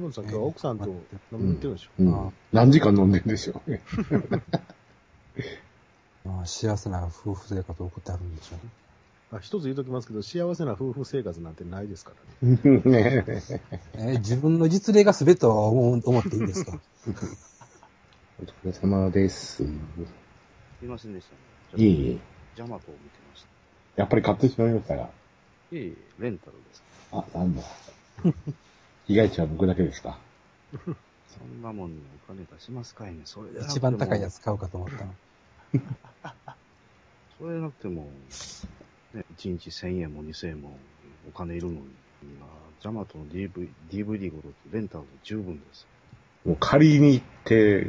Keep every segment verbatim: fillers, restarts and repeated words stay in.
ンさん今日は奥さんと飲みに行ってるんでしょ、 うんうん、何時間飲んでるんでしょうね。 まあ、幸せな夫婦生活を送ってあるんでしょうね。 あ、一つ言うときますけど、幸せな夫婦生活なんてないですからね。 ねえー、自分の実例が全てとは思う思っていいんですか？ お疲れ様です。すいませんでしたね。 いえいえ。 ジャマトを見てました。 やっぱり買ってしまいましたが。 いえいえ、レンタルです。 あ、なんだ。被害者は僕だけですか。 そんなもんにお金出しますかいね。それで一番高いやつ買うかと思ったの。 それでなくても、ね、いちにちせんえんもにせんえんもお金いるのに、今、ジャマトの ディーブイディーブイディー ごとレンタルで十分です。 もう借りに行って、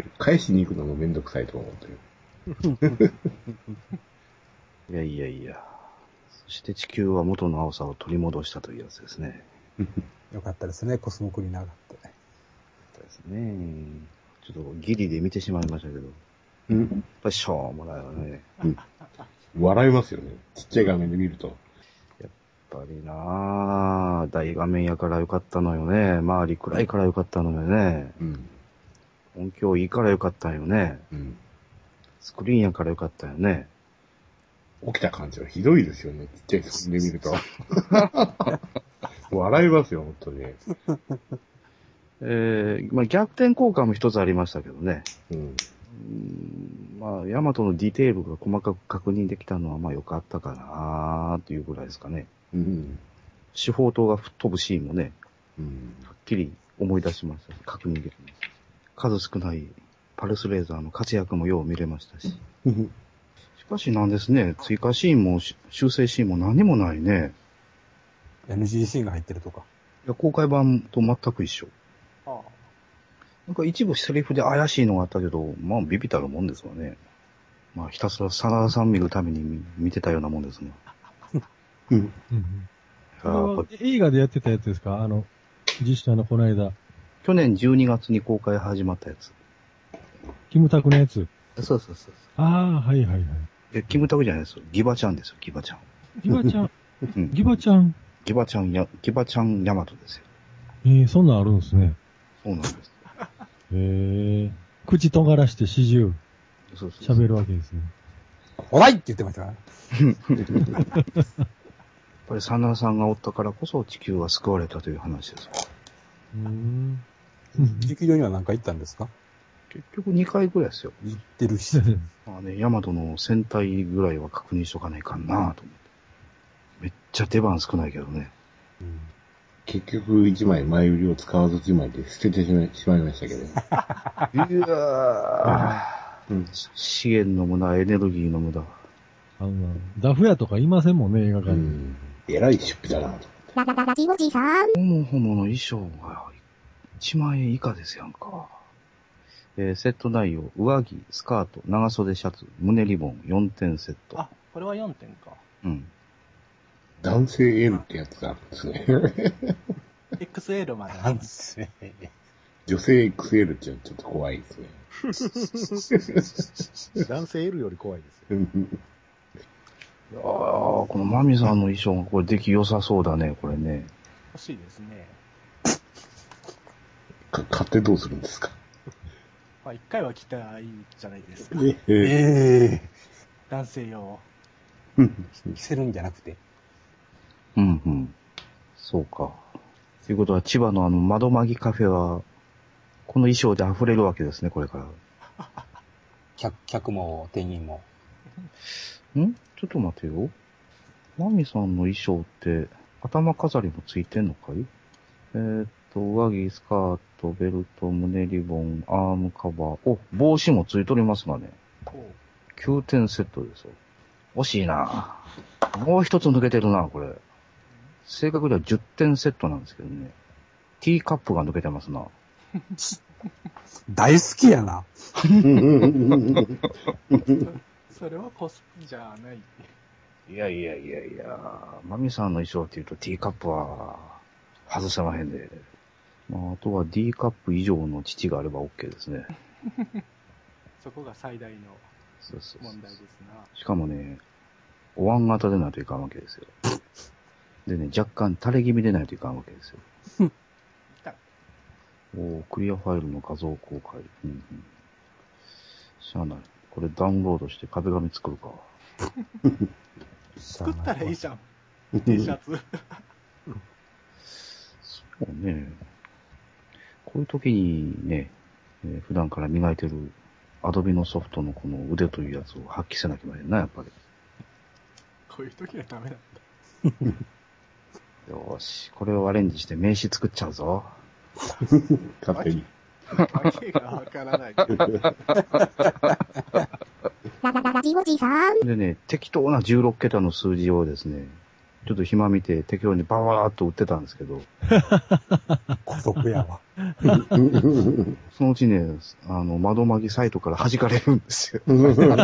返しに行くのもめんどくさいと思ってる。 いやいやいや。そして地球は元の青さを取り戻したというやつですね。 よかったですね、コスモクリーナーがあって。 そうですね。ちょっとギリで見てしまいましたけど。 うん、 やっぱりしょうもないわね。 うん、笑いますよね。ちっちゃい画面で見ると。 やっぱりなぁ、大画面やからよかったのよね。周り暗いからよかったのよね。 うん、 音響いいからよかったんよね。 うん、 スクリーンやからよかったよね。 起きた感じはひどいですよね。ちっちゃい画面で見ると。笑いますよ、本当に。 えー、まあ逆転効果も一つありましたけどね。 うん、 うーんまあ、ヤマトのディテールが細かく確認できたのはまあ良かったかなーっていうぐらいですかね。 うん、 四方塔が吹っ飛ぶシーンもね、 うん、 はっきり思い出しましたし、確認できました。数少ないパルスレーザーの活躍もよう見れましたし。しかしなんですね、追加シーンも修正シーンも何もないね。 エヌジー シーンが入ってるとか。 いや、公開版と全く一緒。 ああ。 なんか一部セリフで怪しいのがあったけど、まあビビたるもんですわね。まあひたすら真田さん見るために 見, 見てたようなもんですが。 うん。 うんそれは映画でやってたやつですか？あの、実写のこの間。 去年じゅうにがつに公開始まったやつ。 キムタクのやつ。 そうそうそう。 ああ、はいはいはい。 え、キムタクじゃないですよ。ギバちゃんですよ、ギバちゃん。 ギバちゃん。 うん、 ギバちゃん。 ギバちゃんや、ギバちゃんヤマトですよ。 ええー、そんなんあるんですね。 そうなんです。 へえー。口尖らして始終。 そうそう。 喋るわけですね。 おらいって言ってましたから。 やっぱり真田さんがおったからこそ地球は救われたという話ですわ。 うーん。 劇場には何回行ったんですか？ 結局にかいぐらいですよ。 行ってるし。 まあね、ヤマトの戦隊ぐらいは確認しとかないかなと思って。めっちゃ出番少ないけどね。 うん、 結局一枚前売りを使わずじまいで捨ててしまいしまいましたけど。 いやー、うん、資源の無駄、エネルギーの無駄。 あの、ダフ屋とかいませんもんね、映画館に。 うん。えらい出費だなと。 ララララジオジさん。 ホモホモの衣装がいちまんえん以下ですやんか。えー、セット内容、上着、スカート、長袖シャツ、胸リボン、よんてんセット。 あ、これはよんてんか。 うん。 男性 L ってやつがあるんですね。 エックスエル まで。 なんですね。 女性 エックスエル ってちょっと怖いですね。 男性 L より怖いですよ。 いやー、このマミさんの衣装がこれ出来良さそうだね、これね。 欲しいですね。 か、買ってどうするんですか？ まあ、一回は着たらいいじゃないですか。 えええ男性用。 ー。着せるんじゃなくて。 うんうん。そうか。ということは、千葉のあの、窓まぎカフェは、この衣装で溢れるわけですね、これから。 客、客も店員も。 ん？ちょっと待てよ。マミさんの衣装って、頭飾りもついてんのかい？えー、っと、上着、スカート、ベルト、胸リボン、アームカバー。お、帽子もついとりますがね。きゅうてんセットですよ。惜しいな。もう一つ抜けてるな、これ。正確にはじゅってんセットなんですけどね。ティーカップが抜けてますな。 大好きやな。 それはコスプじゃない。 いやいやいやいや、マミさんの衣装って言うとティーカップは外せまへんで。まあ、あとは D カップ以上の父があれば OK ですね。 そこが最大のそうそうそう問題ですな。 しかもね、お椀型でないといかんわけですよ。でね、若干垂れ気味でないといかんわけですよ。 おクリアファイルの画像公開。うんうん。しゃあない。これダウンロードして壁紙作るか。 作ったらいいじゃん。T シャツ。 そうね。こういう時にね、えー普段から磨いてるアドビのソフトのこの腕というやつを発揮せなきゃいけないな、やっぱり。 こういう時はダメなんだ。 よーし、これをアレンジして名刺作っちゃうぞ。 勝手に。 わけがわからない。 ララララジオジさん。 でね、適当なじゅうろくけたの数字をですね、ちょっと暇見て適当にバワーっと打ってたんですけど、 孤独やわ。 そのうちね、あの、窓まぎサイトから弾かれるんですよ。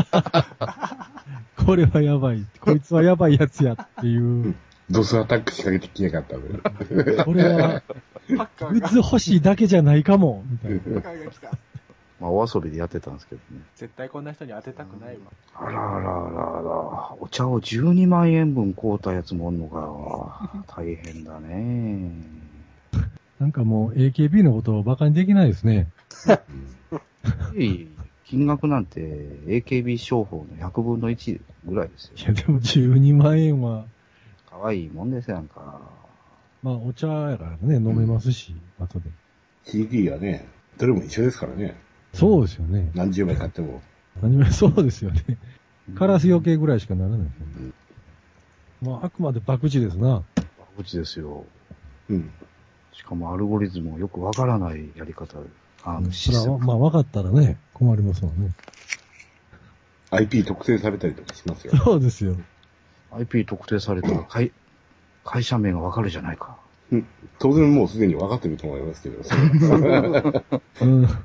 これはやばい。こいつはやばいやつやっていう。 ドスアタック仕掛けてきなかったのよ。 これは、 ハッカーが、 グッズ欲しいだけじゃないかも。みたいな。 ハッカーが来た。 まあ、お遊びでやってたんですけどね。 絶対こんな人に当てたくないわ。 あらあらあらあら、お茶をじゅうにまんえんぶん買うたやつもおんのか。大変だね。 なんかもう エーケービー のことを馬鹿にできないですね。 いえいえ金額なんて エーケービー 商法のひゃくぶんのいちぐらいですよ。 いやでもじゅうにまん円は、 かわいいもんですやんか。 まあお茶やからね、飲めますし、後で。 シーディー はね、どれも一緒ですからね。 そうですよね。 何十枚買っても。 何もそうですよね。カラス余計ぐらいしかならないですよね。まああくまで博打ですな。 うちですよ。 うん。 しかもアルゴリズムがよくわからないやり方。あの、シそれはステム。 まあ分かったらね、困りますもんね。 アイピー 特定されたりとかしますよ。 そうですよ。 アイピー 特定されたら会、会社名がわかるじゃないか。 当然もうすでに分かってると思いますけど。 うん。 い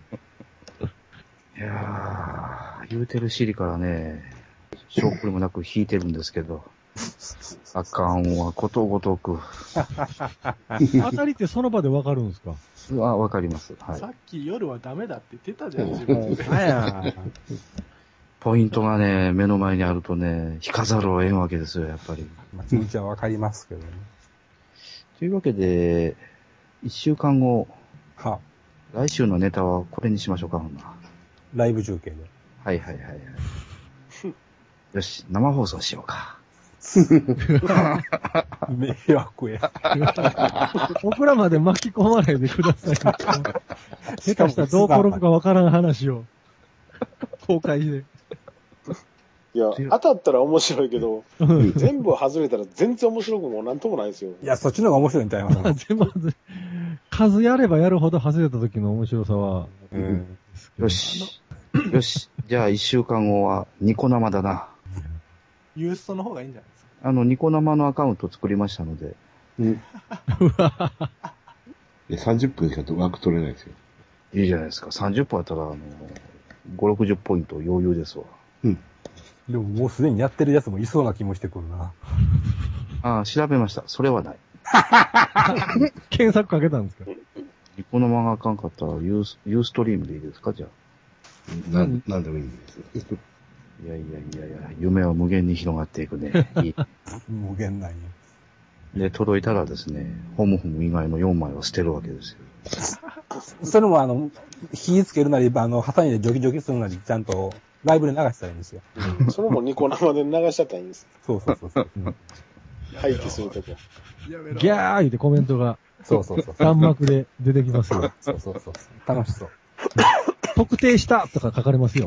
やー、言うてるシリからね、証拠にもなく引いてるんですけど、あかんわ、ことごとく。 当たりってその場で分かるんですか？ あ、わかります。はい。 さっき夜はダメだって言ってたじゃん、自分で。 ポイントがね、目の前にあるとね、引かざるを得んわけですよ、やっぱり。 まあ、気持ちはわかりますけどね。 というわけで、一週間後、 は、 来週のネタはこれにしましょうか、ほんな。 ライブ中継で。 はいはいはいはい。よし、生放送しようか。 迷惑や。 僕らまで巻き込まないでください。下手したらどう転ぶかわからん話を公開で。 いや、当たったら面白いけど、全部外れたら全然面白くもなんともないですよ。 いや、そっちの方が面白いんちゃいますか。 全部外れ数やればやるほど外れた時の面白さは、 うん。 よし。よし。じゃあ一週間後はニコ生だな。 ユーストの方がいいんじゃないですか。 あの、ニコ生のアカウント作りましたので。 うん。でさんじゅっぷんしか枠取れないですよ。 いいじゃないですか。さんじゅっぷんやったら、あの、ご、ろくじゅうポイント余裕ですわ。 うん。 でももうすでにやってるやつもいそうな気もしてくるな。 ああ、調べました。それはない。 検索かけたんですか？ ニコ生があかんかったらユース、ユーストリームでいいですかじゃあ。 なん、なんでもいいんです。 いやいやいやいや、夢は無限に広がっていくね。いい無限内に。 で、届いたらですね、ホムホム以外のよんまいは捨てるわけですよ。 それもあの、火つけるなり、あの、ハサミでジョキジョキするなり、ちゃんとライブで流したらいいんですよ。 それもニコ生で流しちゃったらいいんです。 そうそうそうそう。 廃棄するとこ。 やめろ。 ギャー言うてコメントがそうそうそう。 弾幕で出てきますよ。 そうそうそう。楽しそう。 特定したとか書かれますよ。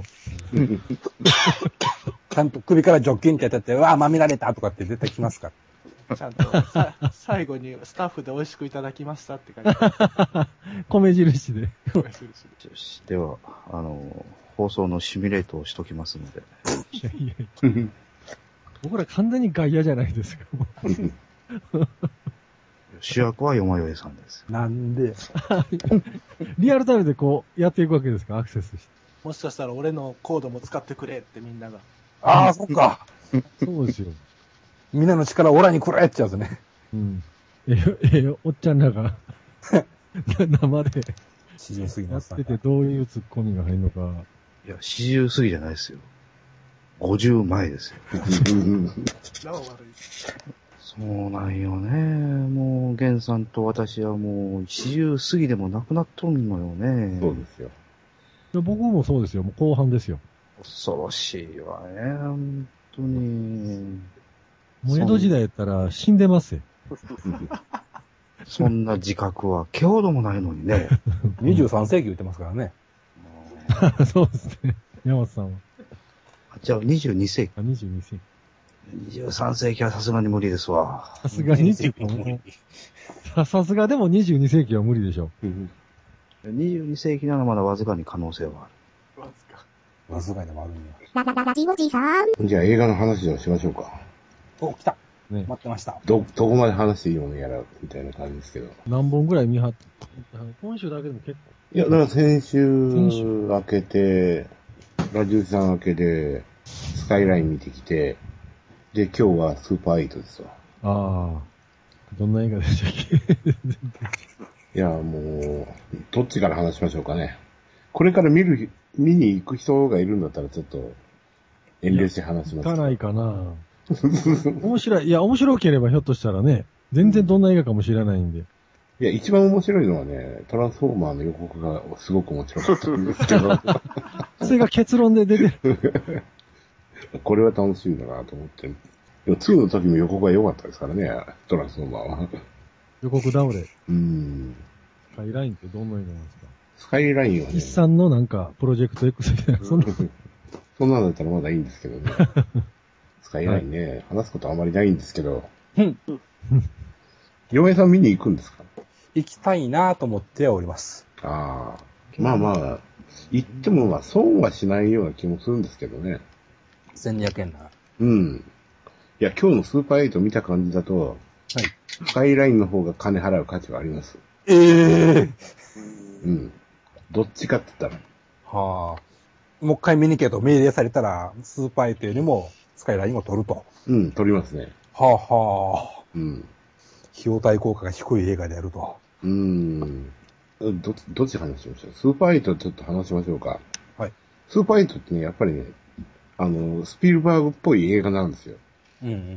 ちゃんと首からジョッキンってやってて、うわぁ、まみられたとかって絶対来ますから。 ちゃんとさ、最後にスタッフで美味しくいただきましたって書いてあ米印で。 る。 よし。では、あの、放送のシミュレートをしときますので。 いやいやいや僕ら完全に外野じゃないですか。 主役はよまよえさんです。 なんで、 リアルタイムでこうやっていくわけですか、アクセスして。 もしかしたら俺のコードも使ってくれってみんなが。 ああ、そっか。 そうですよ。 みんなの力オラにくれってやつね。 うん。ええ、ええ、おっちゃんらが生で詩人すぎやっますててどういうツッコミが入るのか。 いや、四十過ぎじゃないですよ。ごじゅうまえですよ。 なお悪い。 そうなんよね。もの、ゲンさんと私はもう、四十過ぎでもなくなっとんのよね。 そうですよ。 いや僕もそうですよ。もう後半ですよ。 恐ろしいわね、本当に。 もう江戸時代やったら死んでますよ。 そんな自覚は、毛ほどもないのにね。 にじゅうさん世紀言ってますからね。 そうですね。山本さんは。 あ、じゃあにじゅうに世紀。 あ、にじゅうに世紀。 にじゅうさん世紀はさすがに無理ですわ。 さすがにっていうかもうさ、さすがでもにじゅうに世紀は無理でしょう。 にじゅうに世紀ならまだわずかに可能性はある。 わずか。 わずかでもあるんや。 ララララジオジさん。 じゃあ映画の話をしましょうか。 お、来た。 ね。 待ってました。 ど、どこまで話していいものやら、みたいな感じですけど。 何本ぐらい見張って、今週だけでも結構。 いや、だから先週先週明けて、ラジオさん明けで、スカイライン見てきて、で、今日はスーパーエイトですわ。 ああ。どんな映画でしたっけいや、もう、どっちから話しましょうかね。これから見る、見に行く人がいるんだったらちょっと、遠慮して話します。 行かないかな。面白い。いや、面白ければひょっとしたらね、全然どんな映画かもしれないんで。 いや、一番面白いのはね、トランスフォーマーの予告がすごく面白かったんですけど。 それが結論で出てる。 これは楽しみだなと思って。でもにの時も予告は良かったですからね、トランスフォーマーは。 予告倒れ。 うん。 スカイラインってどんな映画なんですか？ スカイラインはね。 一産のなんか、プロジェクト X みたいな、そんな。 そんなのだったらまだいいんですけどね。スカイラインね、はい、話すことあまりないんですけど。 うん。 嫁さん見に行くんですか？ 行きたいなと思っております。 ああ。まあまあ、行ってもまあ損はしないような気もするんですけどね。 せんにひゃくえんなら。 うん。いや、今日のスーパーエイト見た感じだと、はい。スカイラインの方が金払う価値はあります。 ええー。 うん。どっちかって言ったら。 はあ。もう一回見に行けと命令されたら、スーパーエイトよりもスカイラインを取ると。 うん、取りますね。 はあはあ。 うん。 費用対効果が低い映画であると。 うーん。どっち、どっち話しましょう。スーパーエイトちょっと話しましょうか。はい。スーパーエイトってね、やっぱりね、あの、スピルバーグっぽい映画なんですよ。うんうんうん。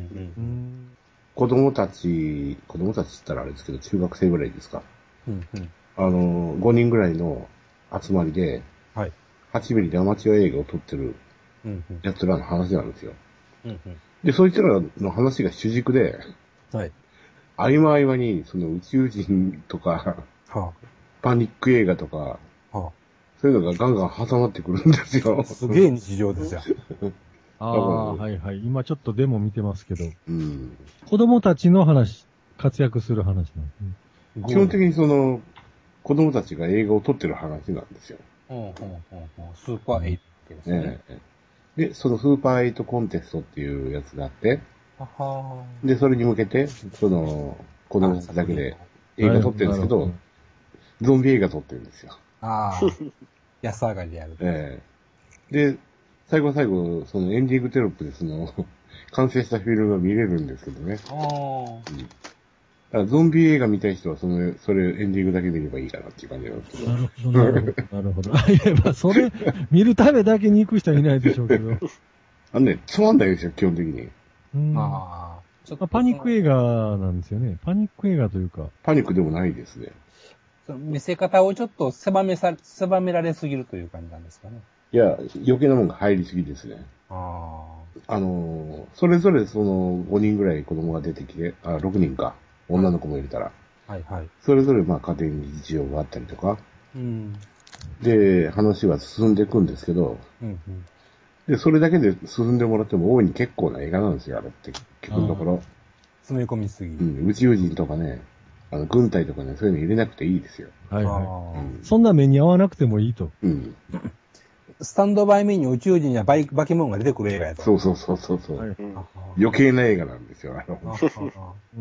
子供たち、子供たちって言ったらあれですけど、中学生ぐらいですか。うんうん。あの、ごにんぐらいの集まりで、はい。はちミリでアマチュア映画を撮ってる奴らの話なんですよ。うんうん。で、そいつらの話が主軸で、はい。合間合間に、その宇宙人とか、はあ、パニック映画とか、はあ、そういうのがガンガン挟まってくるんですよ。 すげえ日常ですよ。 ああ、はいはい。今ちょっとデモ見てますけど。 うん。 子供たちの話、活躍する話なんですね。基本的にその、子供たちが映画を撮ってる話なんですよ。うんうんうんうん。 スーパーエイトですね。 ねで、そのスーパーエイトコンテストっていうやつがあって、はで、それに向けて、その、子供たちだけで映画撮ってるんですけど、ゾンビ映画撮ってるんですよ。ああ。安上がりでやる。 ええー。で、最後最後、そのエンディングテロップでその、完成したフィルムが見れるんですけどね。ああ。うん。だからゾンビ映画見たい人は、その、それエンディングだけ見ればいいかなっていう感じなんですけど。 なるほど、なるほど。なるほど。あ、いや、まあ、それ、見るためだけに行く人はいないでしょうけど。 あのね、つまんないですよ、基本的に。 うん。ああ。ちょっとパニック映画なんですよね。パニック映画というか。 パニックでもないですね。 その見せ方をちょっと狭めさ、狭められすぎるという感じなんですかね。 いや、余計なものが入りすぎですね。ああ。あのー、それぞれそのごにんぐらい子供が出てきて、あ、ろくにんか。女の子も入れたら。はいはい。それぞれまあ家庭に事情があったりとか。うん。で、話は進んでいくんですけど、うんうん。で、それだけで進んでもらっても大いに結構な映画なんですよ、あれって。結局のところ。 詰め込みすぎ。 うん、宇宙人とかね、あの、軍隊とかね、そういうの入れなくていいですよ。 はいはい。うん、そんな目に合わなくてもいいと。うん。 スタンドバイミーに宇宙人やバイ化け物が出てくる映画やと。 そうそうそうそうそう、はい、余計な映画なんですよ、あの。 うん、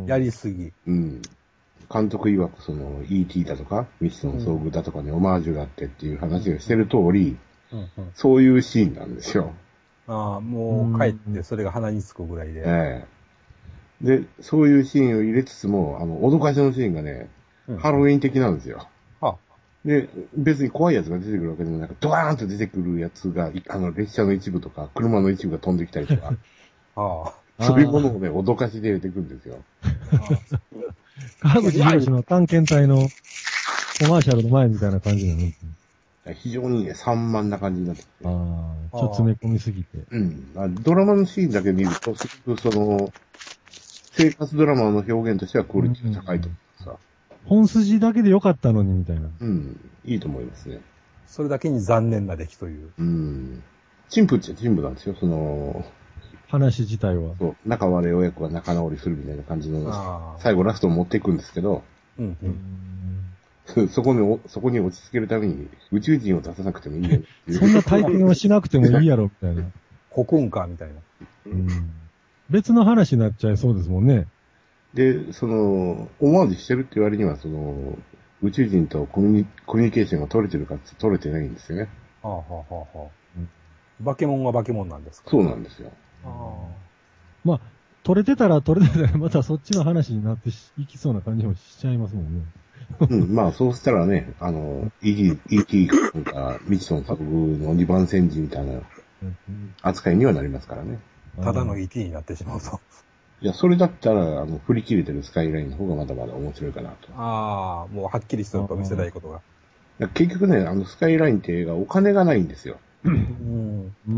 やりすぎ。 うん。監督曰くその イーティー だとか、ミッション遭遇だとかにオマージュがあってっていう話をしてる通り、うんうん、そういうシーンなんですよ。 ああ、もう帰ってそれが鼻につくぐらいで。 ええ。で、そういうシーンを入れつつも、あの、脅かしのシーンがね、うん、ハロウィン的なんですよ。はあ、で、別に怖いやつが出てくるわけでもなく、ドワーンと出てくるやつが、あの、列車の一部とか、車の一部が飛んできたりとか、はあ、そういうものをね、脅かしで出てくるんですよ。 川口博の探検隊のコマーシャルの前みたいな感じなの。 非常にね、散漫な感じになってて。 ああ、ちょっと詰め込みすぎて。 うん。ドラマのシーンだけ見ると、すごくその、生活ドラマの表現としてはクオリティが高いと思うさ、うん。 本筋だけで良かったのにみたいな。 うん。いいと思いますね。 それだけに残念な出来という。 うん。陳腐っちゃ陳腐なんですよ、その、 話自体は。 そう。仲悪い親子が仲直りするみたいな感じの、最後ラストを持っていくんですけど、うんうんそこに、そこに落ち着けるために宇宙人を出さなくてもいいよ。 そんな体験はしなくてもいいやろ、みたいな。 コクンか、みたいな、 うん。別の話になっちゃいそうですもんね。 で、その、オマージュしてるって言われには、その、宇宙人とコミュニ、コミュニケーションが取れてるかって取れてないんですよね。 はあ、はあはあはあうん、バケモンはバケモンなんですか？ そうなんですよ。 あまあ、取れてたら取れてたらまたそっちの話になっていきそうな感じもしちゃいますもんね。 うん、まあ、そうしたらね、あの、イーティー なんか、未知の作の二番戦時みたいな扱いにはなりますからね。 ただの イーティー になってしまうと。 いや、それだったら、あの、振り切れてるスカイラインの方がまだまだ面白いかなと。 ああ、もうはっきりしてると見せたいことが。 結局ね、あの、スカイラインって映画お金がないんですよ。 うん。うん。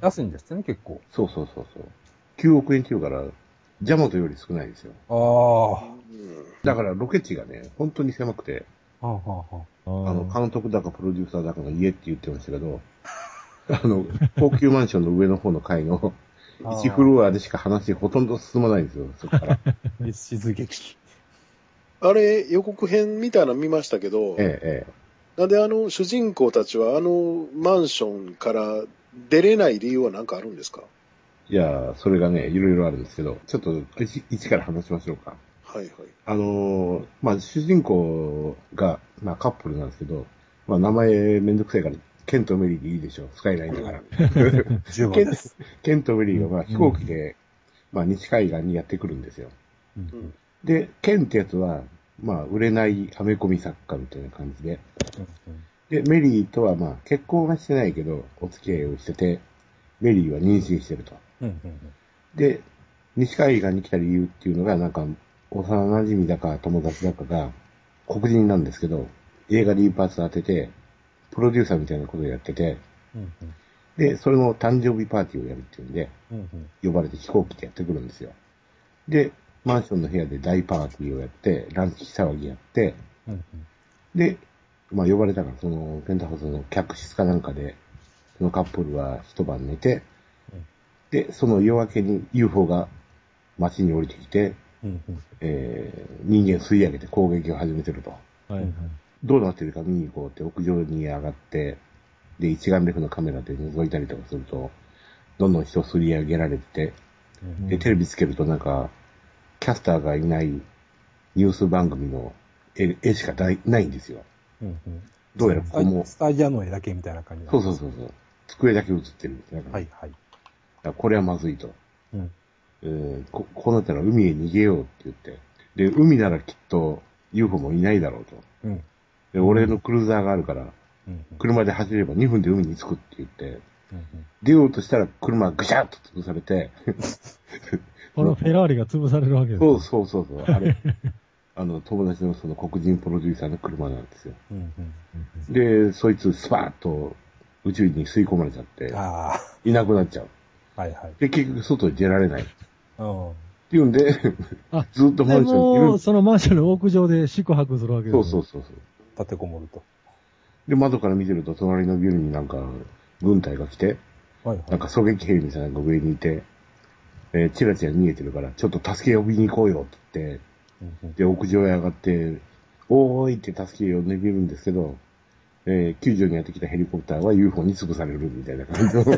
安いんですね、結構。 そうそうそうそう。きゅうおくえんっていうから、ジャマトより少ないですよ。 ああ。 だからロケ地がね、本当に狭くて、 はあはあはあ、あの、監督だかプロデューサーだかの家って言ってましたけど、あの、高級マンションの上の方の階のいちフロアでしか話ほとんど進まないんですよ、そこから。 密室劇。 あれ、予告編みたいなの見ましたけど、 ええ、ええ。 なんであの、主人公たちはあのマンションから出れない理由は何かあるんですか？ いや、それがね、いろいろあるんですけど、ちょっと一、一から話しましょうか。 はいはい。 あのー、まあ、主人公が、まあ、カップルなんですけど、まあ、名前めんどくさいから、ケンとメリーでいいでしょ、スカイラインだから。 十分です。 ケンとメリーが、まあ、飛行機で、まあ、西海岸にやってくるんですよ。うん、で、ケンってやつは、まあ、売れないアメコミ作家みたいな感じで。で、メリーとは、まあ、結婚はしてないけど、お付き合いをしてて、メリーは妊娠してると。で、西海岸に来た理由っていうのが、なんか、幼馴染だか友達だかが黒人なんですけど、映画で一発当てて、プロデューサーみたいなことをやってて、うんうん、で、それの誕生日パーティーをやるっていうんで、うんうん、呼ばれて飛行機でやってくるんですよ。で、マンションの部屋で大パーティーをやって、ランチ騒ぎやって、うんうん、で、まあ呼ばれたから、その、ペンタハウスの客室かなんかで、そのカップルは一晩寝て、うん、で、その夜明けに ユーフォー が街に降りてきて、うんうんえー、人間吸い上げて攻撃を始めてると。はいはい、どうなってるか見に行こうって屋上に上がって、で、一眼レフのカメラで覗いたりとかすると、どんどん人吸い上げられて、うん、で、テレビつけるとなんか、キャスターがいないニュース番組の絵、絵しかないないんですよ。うんうん、どうやらここも。 スタジアムの絵だけみたいな感じなんですそうそうそうそう。机だけ映ってるんですね。 はいはい。 これはまずいと。うんえー、こ, こうなったら海へ逃げようって言って。で、海ならきっと ユーフォー もいないだろうと。うん、で俺のクルーザーがあるから、うん、車で走ればにふんで海に着くって言って、うん、出ようとしたら車がぐしゃっと潰されて。 このフェラーリが潰されるわけです、 ね、そうそうそうそう。あれ、あの、友達のその黒人プロデューサーの車なんですよ。うんうん、で、そいつスパーッと宇宙に吸い込まれちゃって、いなくなっちゃう。はいはい。で、結局外に出られない。っていうんで、ずっとマンションにいる。 もそのマンションの屋上で宿泊するわけです、 ね。そうそうそうそう。 立てこもると。 で、窓から見てると、隣のビルになんか、軍隊が来て、はいはい、なんか狙撃兵みたいなのが上にいて、えー、チラチラ見えてるから、ちょっと助け呼びに行こうよって言って、うんうん、で、屋上へ上がって、おーいって助け呼んでみるんですけど、えー、救助にやってきたヘリコプターは ユーフォー に潰されるみたいな感じの。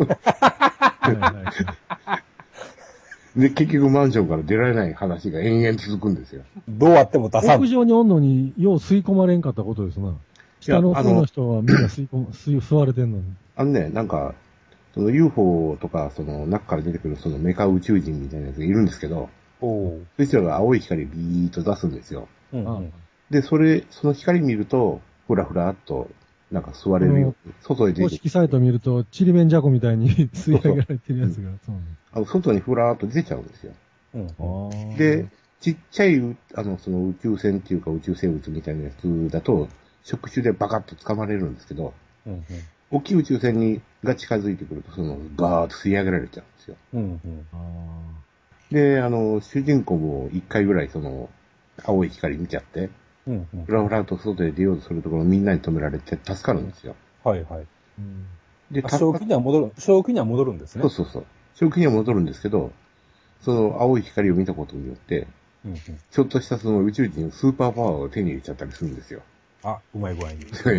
で、結局マンションから出られない話が延々続くんですよ。 どうやっても出さん。 屋上におんのに、よう吸い込まれんかったことですな。下の方の人はみんな吸い込ま、吸い、吸われてんのに。 あのね、なんか、その ユーフォー とか、その中から出てくるそのメカ宇宙人みたいなやつがいるんですけど、おそいつらが青い光ビーッと出すんですよ。うんうん、で、それ、その光見ると、ふらふらっと、なんか吸われるよ。外へ出て。 公式サイト見ると、ちりめんじゃこみたいに吸い上げられてるやつが。 そうそうあの外にふらーっと出ちゃうんですよ。うん、で、 ちっちゃい、あの、その宇宙船っていうか宇宙生物みたいなやつだと、触手でバカッと掴まれるんですけど、うんうん、大きい宇宙船にが近づいてくると、その、ガーッと吸い上げられちゃうんですよ。うんうん、で、あの、主人公も一回ぐらいその、青い光見ちゃって、うんうん、ふらふらと外で出ようとするところみんなに止められて助かるんですよ。 はいはい。うん、で、正気には戻る、正気には戻るんですね。 そうそうそう。正気には戻るんですけど、その青い光を見たことによって、うんうん、ちょっとしたその宇宙人のスーパーパワーを手に入れちゃったりするんですよ。 あ、うまい具合に。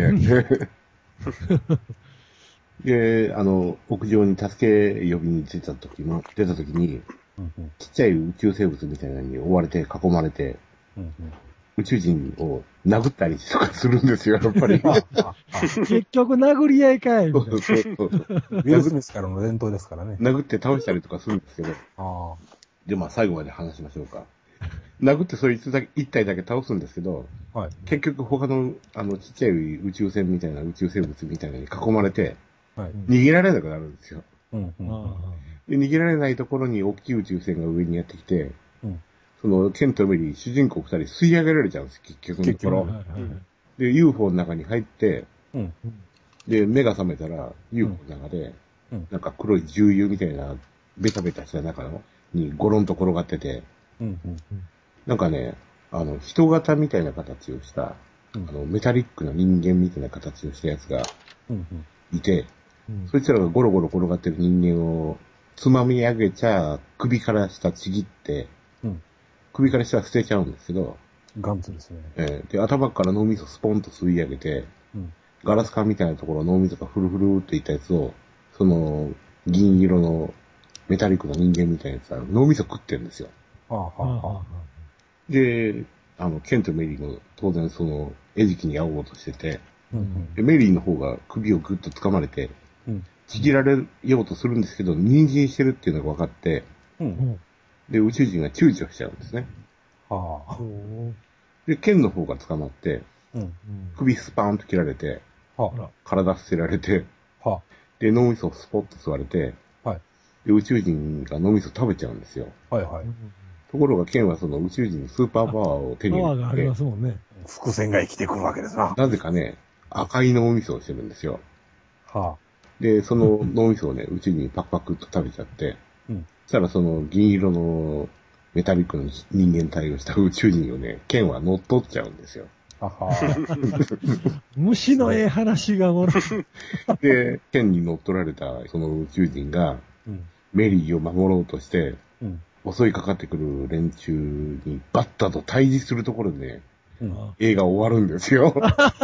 で、あの、屋上に助け呼びに出た時も、出た時に、うんうん、ちっちゃい宇宙生物みたいなのに追われて囲まれて、うんうん、宇宙人を殴ったりとかするんですよ、やっぱり。 結局殴り合いかい。そうそうそう。ウィル・スミスからの伝統ですからね。 殴って倒したりとかするんですけど。あで、まあ最後まで話しましょうか。殴ってそいつだけ、一体だけ倒すんですけど、はい、結局他の、あの、ちっちゃい宇宙船みたいな宇宙生物みたいなのに囲まれて、はい、逃げられなくなるんですよ。うんうん、で逃げられないところに大きい宇宙船が上にやってきて、うん、その、ケンとメリー、主人公二人吸い上げられちゃうんです、結局のところ。で、ユーフォー の中に入って、うん、で、目が覚めたら、ユーフォー の中で、うん、なんか黒い重油みたいな、ベタベタした中の、にゴロンと転がってて、うんうん、なんかね、あの、人型みたいな形をした、うん、あの、メタリックな人間みたいな形をしたやつが、いて、うんうん、そいつらがゴロゴロ転がってる人間を、つまみ上げちゃ、首から下ちぎって、うん、首から下は捨てちゃうんですけど、 ガンツですね。 えー、で、頭から脳みそスポンと吸い上げて、うん、ガラス管みたいなところ脳みそがフルフルっていったやつを、その、銀色のメタリックな人間みたいなやつは脳みそ食ってるんですよ。はあはあはあ、で、あの、ケンとメリーも当然その、餌食に会おうとしてて、うんうん、でメリーの方が首をぐっと掴まれて、うん、ちぎられようとするんですけど、妊娠してるっていうのが分かって、うん、で、宇宙人が躊躇しちゃうんですね。はあ、で、ケンの方が捕まって、うん、首スパーンと切られて、はあ、体捨てられて、はあ、で、脳みそをスポッと吸われて、はい、で、宇宙人が脳みそ食べちゃうんですよ。はいはい。ところが、ケンはその宇宙人のスーパーパワーを手に入れて、パワーがありますもんね。 伏線が生きてくるわけですな。 なぜかね、赤い脳みそをしてるんですよ。はあ、で、その脳みそをね、宇宙人にパクパクっと食べちゃって、うん、そしたらその銀色のメタリックの人間体をした宇宙人をね、ケンは乗っ取っちゃうんですよ。はは虫のええ話がおる。 で、ケンに乗っ取られたその宇宙人が、うん、メリーを守ろうとして、うん、襲いかかってくる連中にバッタと対峙するところでね、うん、映画終わるんですよ。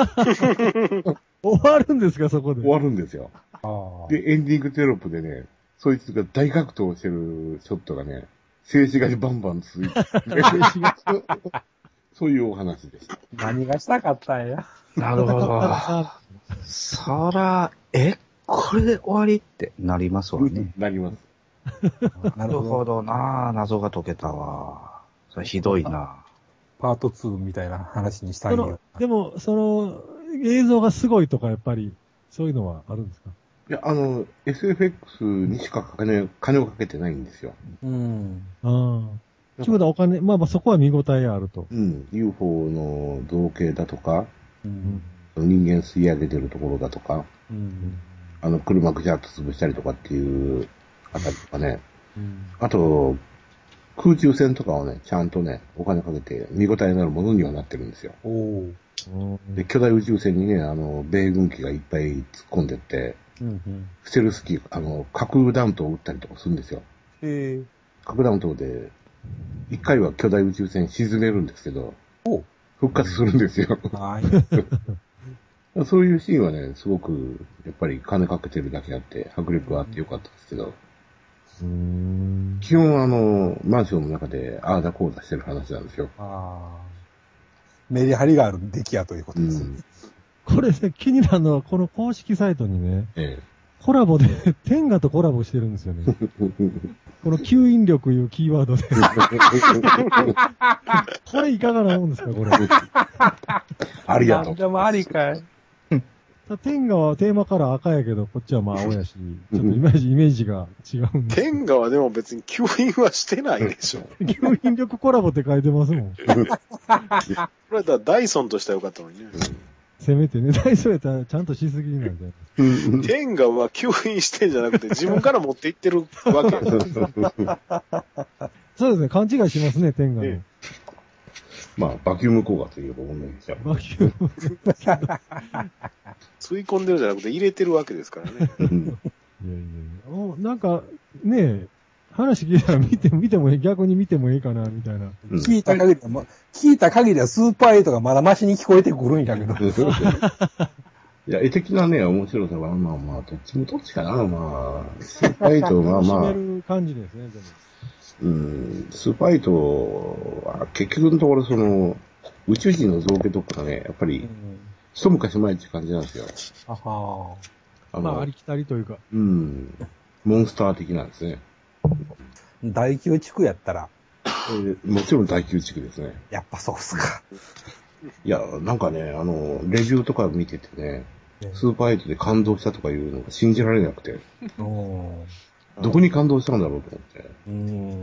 終わるんですか、そこで。 終わるんですよ。で、エンディングテロップでね、そいつが大格闘してるショットがね、静止画でバンバン続いて、そういうお話でした。 何がしたかったんや。 なるほど。そら、え、これで終わりってなりますわね。 なります。 なるほどなぁ、謎が解けたわ。それひどいな。 パートツーみたいな話にしたいよ。 でも、その、映像がすごいとか、やっぱり、そういうのはあるんですか？ いや、あの、エスエフエックス にしか金、金をかけてないんですよ。うん。 ああ。ちょうどお金、まあまあそこは見応えあると。 うん。ユーフォー の造形だとか、うん、人間吸い上げてるところだとか、うん、あの、車ぐちゃっと潰したりとかっていうあたりとかね。うん、あと、空中戦とかをね、ちゃんとね、お金かけて見応えのあるものにはなってるんですよ。おで、巨大宇宙船にね、あの、米軍機がいっぱい突っ込んでって、うんうん、ステルス機、あの、核弾頭を撃ったりとかするんですよ。へ核弾頭で、一回は巨大宇宙船沈めるんですけど、復活するんですよ。はい、そういうシーンはね、すごく、やっぱり金かけてるだけあって、迫力があってよかったですけど、うーん基本あの、マンションの中でああだこうだしてる話なんですよ。あメリハリがある出来やということです。うん、 これね、気になるのは、この公式サイトにね、ええ、コラボで、天下とコラボしてるんですよね。この吸引力いうキーワードで。これいかがなもんですか、これ。 ありがとう。 でもありかい。 天下はテーマカラー赤やけど、こっちはまあ青やし、ちょっとイメージ、イメージが違うんで。 天下はでも別に吸引はしてないでしょ。 吸引力コラボって書いてますもん。これだったらダイソンとしたらよかったのにね。 せめてね、ダイソンやったらちゃんとしすぎになるじゃん。天下は吸引してんじゃなくて自分から持っていってるわけ。 そうですね、勘違いしますね、天下の。 まあ、バキューム効果といえば同じじゃん。 バキューム。 吸い込んでるじゃなくて入れてるわけですからね。いやいやいや。もうなんか、ねえ、話聞いたら見て、見ても逆に見てもいいかな、みたいな。 うん、聞いた限りは、ま、聞いた限りはスーパーエイトがまだマシに聞こえてくるんやけど。 いや、絵的なね、面白さは、まあまあ、どっちもどっちかな、まあ、スーパーエイトはまあまあ。 楽しめる感じですね、でも。 うん、スーパーエイトは、結局のところその、宇宙人の造形とかね、やっぱり、一昔前っていう感じなんですよ。 あはあ。まあ、ありきたりというか。 うん。モンスター的なんですね。 大宮地区やったら、 えー、もちろん大宮地区ですね。 やっぱそうっすか。 いや、なんかね、あの、レビューとか見ててね、ねスーパーエイトで感動したとかいうのが信じられなくて。どこに感動したんだろうと思って。 うん。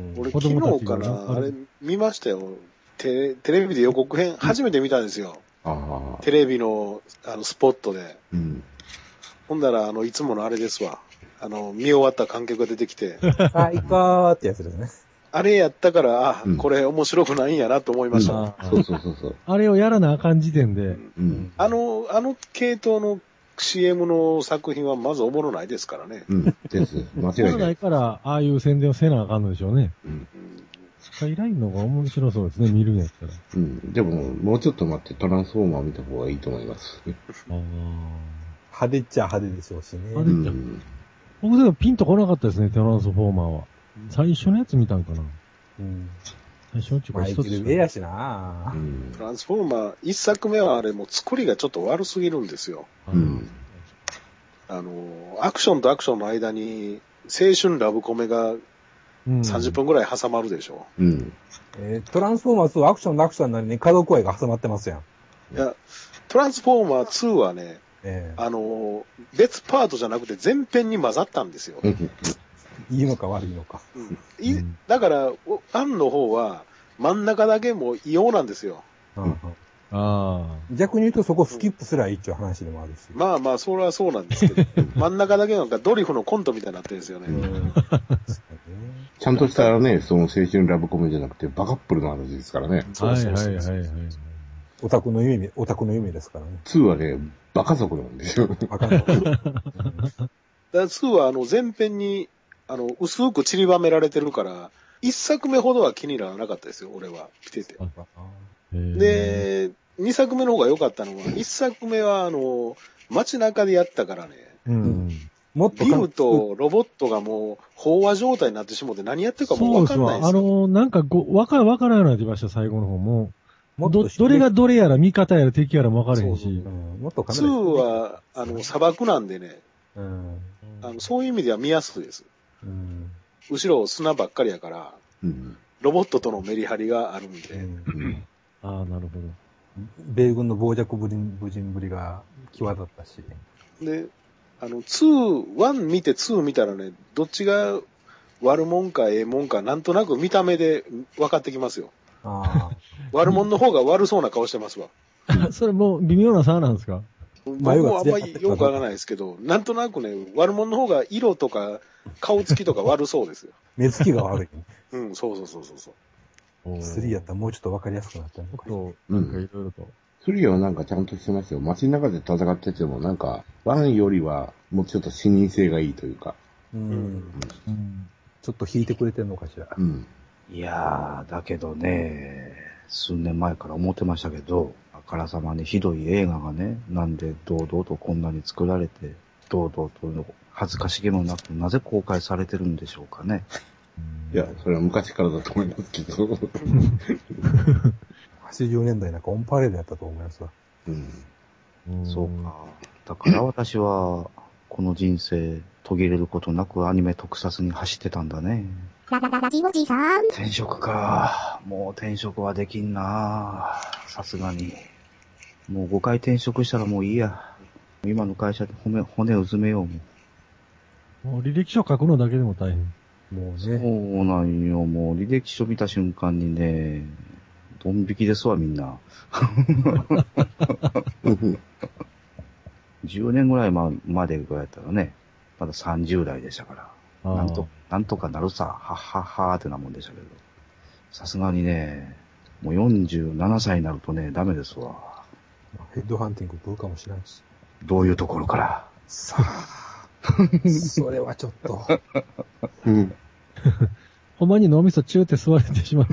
俺昨日かな、あれ見ましたよ。テ, テレビで予告編初めて見たんですよ。あテレビのあのスポットで。うん。ほんだら、あの、いつものあれですわ。あの、見終わった観客が出てきて。 最高ってやつですね。 あれやったから、あ、うん、これ面白くないんやなと思いました。うん、 そうそうそうそう。 あれをやらなあかん時点で。 うん。あの、あの系統のシーエム の作品はまずおもろないですからね。 うん。です。間違いない。おもろないから、ああいう宣伝をせなあかんのでしょうね。うん。スカイラインの方が面白そうですね、見るんやったら。 うん。でも、もうちょっと待って、トランスフォーマー見た方がいいと思います。ああ。派手っちゃ派手でしょうしね。 派手っちゃ。うん、僕でもピンとこなかったですね、トランスフォーマーは。最初のやつ見たんかな。うん。最初のちゅうか一つ。 上やしな、 うん、トランスフォーマー、一作目はあれもう作りがちょっと悪すぎるんですよ。うん。あの、アクションとアクションの間に、青春ラブコメがさんじゅっぷんぐらい挟まるでしょ。うん。うん、 えー、トランスフォーマーツーはアクションのアクションなのに家族愛が挟まってますやん。 いや、トランスフォーマーツーはね、えー、あの、別パートじゃなくて全編に混ざったんですよ。 いいのか悪いのか。 うん、いだから、アンの方は真ん中だけも異様なんですよ。うん、 あ逆に言うとそこスキップすりゃいいっていう話でもあるし。 まあまあ、それはそうなんですけど、真ん中だけなんかドリフのコントみたいになってるんですよね。 ちゃんとしたね、その青春ラブコメじゃなくてバカップルの話ですからね。 はいはいはいはい。 オタクの夢、オタクの夢ですからね。 ツーはね、バカ族なんですよ。バカ族。だからツーはあの前編に、あの、薄く散りばめられてるから、一作目ほどは気にならなかったですよ、俺は。見てて。で、二作目の方が良かったのは、一作目はあの、街中でやったからね。うん。もっとビムとロボットがもう飽和状態になってしもうて何やってるかもう分かんないですよ。 そうそう。あの、なんかご、わか、わからなくなってきました、最後の方も。もど、どれがどれやら味方やら敵やらも分からへんし。そうそうそう、 うん、もっとカメラツーは、あの、砂漠なんでね。うん。あの、そういう意味では見やすいです。うん。後ろ砂ばっかりやから、うん。ロボットとのメリハリがあるんで。うん。 ああ、なるほど。 米軍の傍若無人、無人ぶりが際立ったし。 で、あの、ツー、ワン見てツー見たらね、どっちが悪もんかええもんか、なんとなく見た目で分かってきますよ。ああ。悪者の方が悪そうな顔してますわ。 それもう微妙な差なんですか？ 僕もあんまりよくわからないですけど、なんとなくね、悪者の方が色とか顔つきとか悪そうですよ。 目つきが悪い。 うん、そうそうそうそうそう。 スリーやったらもうちょっとわかりやすくなったのか。そう、 なんかいろいろと。スリーはなんかちゃんとしてますよ。街の中で戦っててもなんか、ワンよりはもうちょっと視認性がいいというか。うん。うんうん、ちょっと引いてくれてんのかしら。うん。 いやー、だけどね、数年前から思ってましたけど、あからさまにひどい映画がね、なんで堂々とこんなに作られて、堂々と恥ずかしげもなく、なぜ公開されてるんでしょうかね。 いや、それは昔からだと思いますけど。はちじゅうねんだいなんかオンパレードやったと思いますわ。うん。 そうか。だから私は、この人生、途切れることなくアニメ特撮に走ってたんだね。 ララララジオジさん。 転職か。もう転職はできんな。さすがに。もうごかい転職したらもういいや。 今の会社で骨、骨をうずめようもん。もう履歴書書くのだけでも大変。 もうね。 そうなんよ、もう履歴書見た瞬間にね、ドン引きですわ、みんな。じゅうねんぐらいままでぐらいやったらね、まださんじゅう代でしたから、なんと、なんとかなるさ、はっはっはーってなもんでしたけど、さすがにね、もうよんじゅうななさいになるとね、ダメですわ。 ヘッドハンティング来るかもしれんし。 どういうところからさあ、それはちょっと。 うん、ほんまに脳みそチューって吸われてしまう。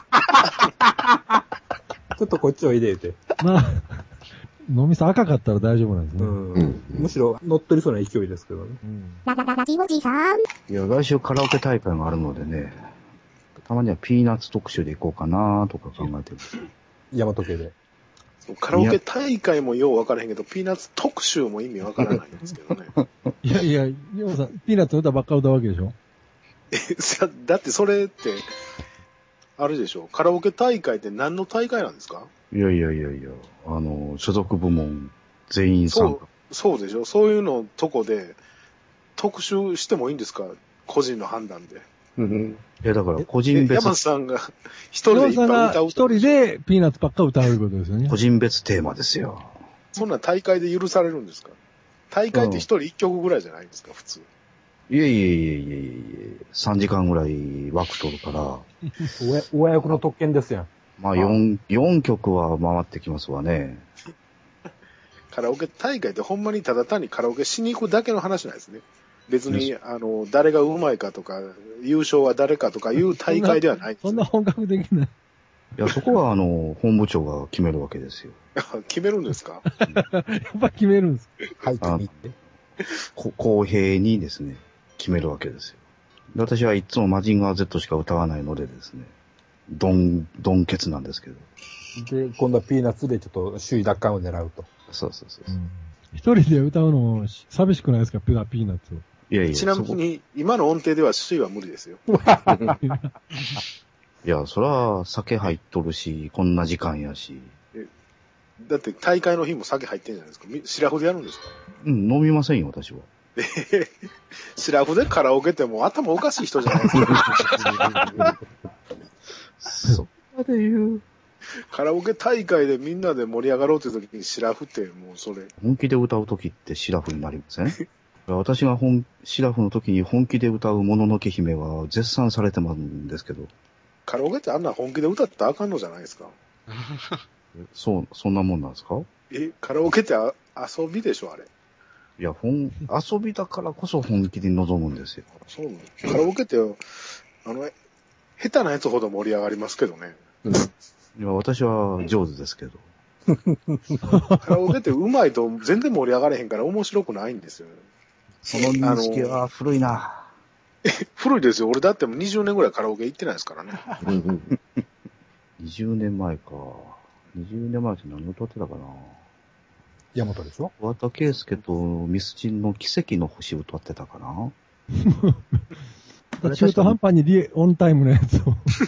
ちょっとこっちおいでって。 まあ、脳みそ赤かったら大丈夫なんですね。 うん、むしろ乗っ取りそうな勢いですけどね。うん、 ララララジオジさん。 いや、来週カラオケ大会があるのでね、たまにはピーナッツ特集で行こうかなとか考えてる。 大和系で。 カラオケ大会もよう分からへんけど、ピーナッツ特集も意味分からないんですけどね。 いやいや、ヨウさん、ピーナッツの歌ばっか歌うわけでしょ？ え、だってそれって、あれでしょ、カラオケ大会って何の大会なんですか？ いやいやいやいや、あの、所属部門全員参加。 そう、そうでしょ、そういうのとこで特集してもいいんですか？個人の判断で。 いや、だから個人別。 山さんが一人でいっぱい歌う。 一人でピーナッツばっか歌うことですよね。 個人別テーマですよ。 そんな大会で許されるんですか？大会って一人一曲ぐらいじゃないんですか、普通。 いえいえいえいえいえ、さんじかんぐらい枠取るから。 上役の特権ですやん。 まあ4、4曲は回ってきますわね。 カラオケ大会ってほんまにただ単にカラオケしに行くだけの話なんですね。別に、あの、誰がうまいかとか、優勝は誰かとかいう大会ではないんです、 ね、そんな本格的な。 いや、そこはあの、本部長が決めるわけですよ。 決めるんですか？ やっぱ決めるんですか？はい、 公平にですね、決めるわけですよ。で、私はいつもマジンガー Z しか歌わないのでですね、ドン、ドンケツなんですけど。 で、今度はピーナッツでちょっと首位奪還を狙うと。 そうそうそう。うん、 一人で歌うの寂しくないですか？ピーナッツを。 いやいや。 ちなみに、今の音程では首位は無理ですよ。 いや、そら、酒入っとるし、こんな時間やし。 だって大会の日も酒入ってんじゃないですか。シラフでやるんですか？ うん、飲みませんよ、私は。 えへシラフでカラオケってもう頭おかしい人じゃないですか。 そこで言う。 カラオケ大会でみんなで盛り上がろうという時にシラフってもうそれ。 本気で歌う時ってシラフになりません？私が本、シラフの時に本気で歌うもののけ姫は絶賛されてますんですけど。 カラオケってあんな本気で歌ってあかんのじゃないですか？ そう、そんなもんなんですか？ え、カラオケってあ遊びでしょ、あれ。 いや、本、遊びだからこそ本気で臨むんですよ。 そうなの？カラオケって、あの、下手なやつほど盛り上がりますけどね。 いや、私は上手ですけど。 カラオケって上手いと全然盛り上がれへんから面白くないんですよ。 その認識は古いな。 古いですよ。俺だってもうにじゅうねんぐらいカラオケ行ってないですからね。 にじゅうねんまえか。にじゅうねんまえって何歌ってたかな。 ヤマトでしょ？ 桑田佳祐とミスチンの奇跡の星歌ってたかな。 中途半端にリオンタイムのやつを。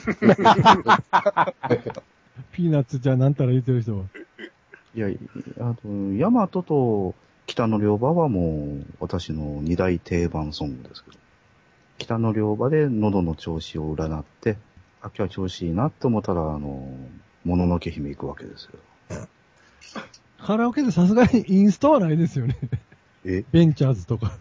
ピーナッツじゃなんたら言ってる人は。 いや、あと、ヤマトと北の両馬はもう私の二大定番ソングですけど。北の両馬で喉の調子を占って、秋は調子いいなって思ったら、あの、もののけ姫行くわけですよ。 カラオケでさすがにインストはないですよね。 えベンチャーズとか。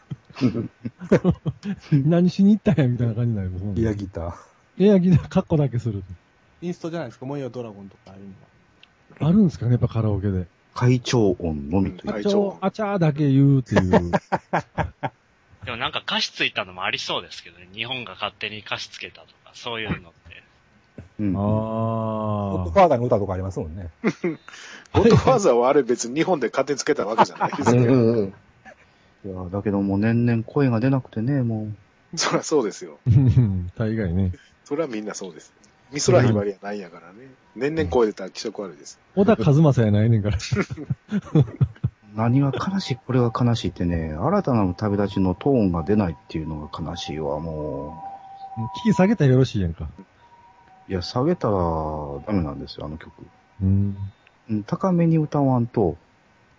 何しに行ったんやみたいな感じになる。 エアギター。 エアギターカッコだけする。 インストじゃないですか、模様ドラゴンとかああいうのは。あるんですかね、やっぱカラオケで。 会長音のみという。 会長、あちゃーだけ言うっていう。 でもなんか歌詞ついたのもありそうですけどね。日本が勝手に歌詞つけたとか、そういうのって。 うん、ああ。 ゴッドファーザーの歌とかありますもんね。 ゴッドファーザーはあれ別に日本で勝手につけたわけじゃないですけど。 いや、だけどもう年々声が出なくてね、もう。そりゃそうですよ。 大概ね。 それはみんなそうです。美空ひばりはないやからね。年々声出たら気色悪いです。 小田和正やないねんから。 何が悲しい、これが悲しいってね、新たな旅立ちのトーンが出ないっていうのが悲しいわ、もう。聞き下げたらよろしいやんか。 いや、下げたらダメなんですよ、あの曲。 うん。 高めに歌わんと、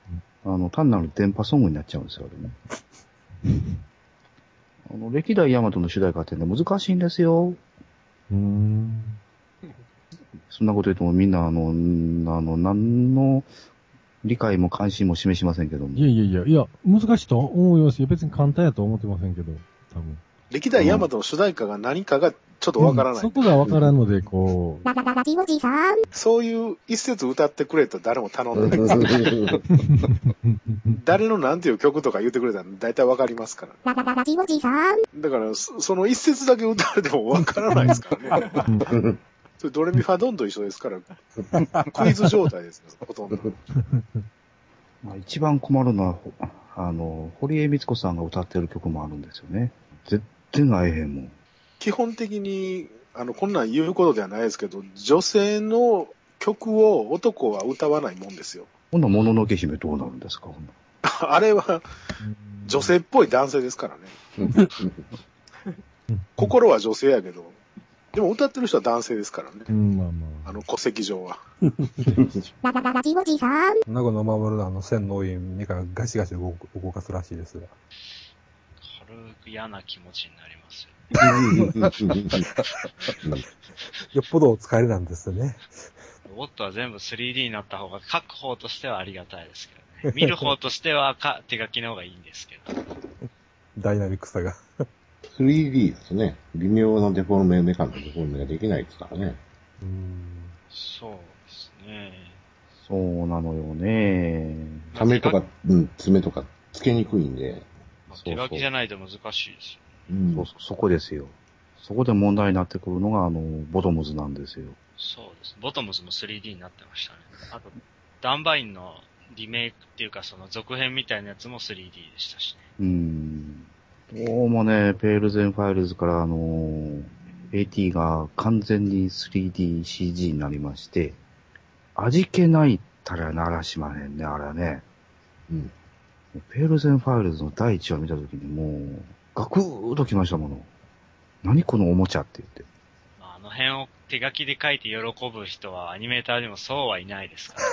あの、単なる電波ソングになっちゃうんですよ、あれね。あの、歴代ヤマトの主題歌ってね、難しいんですよ。 うーん。 そんなこと言ってもみんな、あの、あの、何の理解も関心も示しませんけども。 いやいやいや、いや、難しいと思いますよ。別に簡単やと思ってませんけど、多分。 歴代ヤマトの主題歌が何かがちょっとわからない、 うん。そこがわからんので、こう。 ララララジオジさん。 そういう一節歌ってくれと誰も頼んでないです誰のなんていう曲とか言ってくれたら大体わかりますから。 ララララジオジさん。 だから、その一節だけ歌われてもわからないですからね。それドレミファドンと一緒ですから、クイズ状態ですよ、ほとんど。 まあ、一番困るのは、あの、堀江光子さんが歌ってる曲もあるんですよね。絶対会えへんもん。 基本的に、あの、こんなん言うことではないですけど、女性の曲を男は歌わないもんですよ。 ほんなもののけ姫どうなるんですか、ほんなあれは、女性っぽい男性ですからね。心は女性やけど、でも歌ってる人は男性ですからね。 うん、まあまあ。 あの、戸籍上は。 ララララジオジさん。 名護の守るのあの線の多い目からガシガシ動く動かすらしいですが。 軽く嫌な気持ちになりますよ。 よっぽどお疲れなんですね。 ロボットは全部 スリーディー になった方が書く方としてはありがたいですけどね。見る方としてはか手書きの方がいいんですけど。 ダイナミックさが。 スリーディー ですね。微妙なデフォルメ、メカのデフォルメができないですからね。 うーん。 そうですね。 そうなのよね。 爪とか、うん、爪とかつけにくいんで。 手書きじゃないと難しいですよ。 うん、そうそう、そこですよ。そこで問題になってくるのが、あの、ボトムズなんですよ。 そうです。ボトムズも スリーディー になってましたね。あと、ダンバインのリメイクっていうか、その続編みたいなやつも スリーディー でしたしね。 うーん。どうもね、ペールゼンファイルズからあのー、エーティー が完全に スリーディーシージー になりまして、味気ないったらならしまへんね、あれね。うん。ペールゼンファイルズの第一話見たときにもう、ガクーときましたもの。何このおもちゃって言って。 あの辺を手書きで書いて喜ぶ人はアニメーターでもそうはいないですから。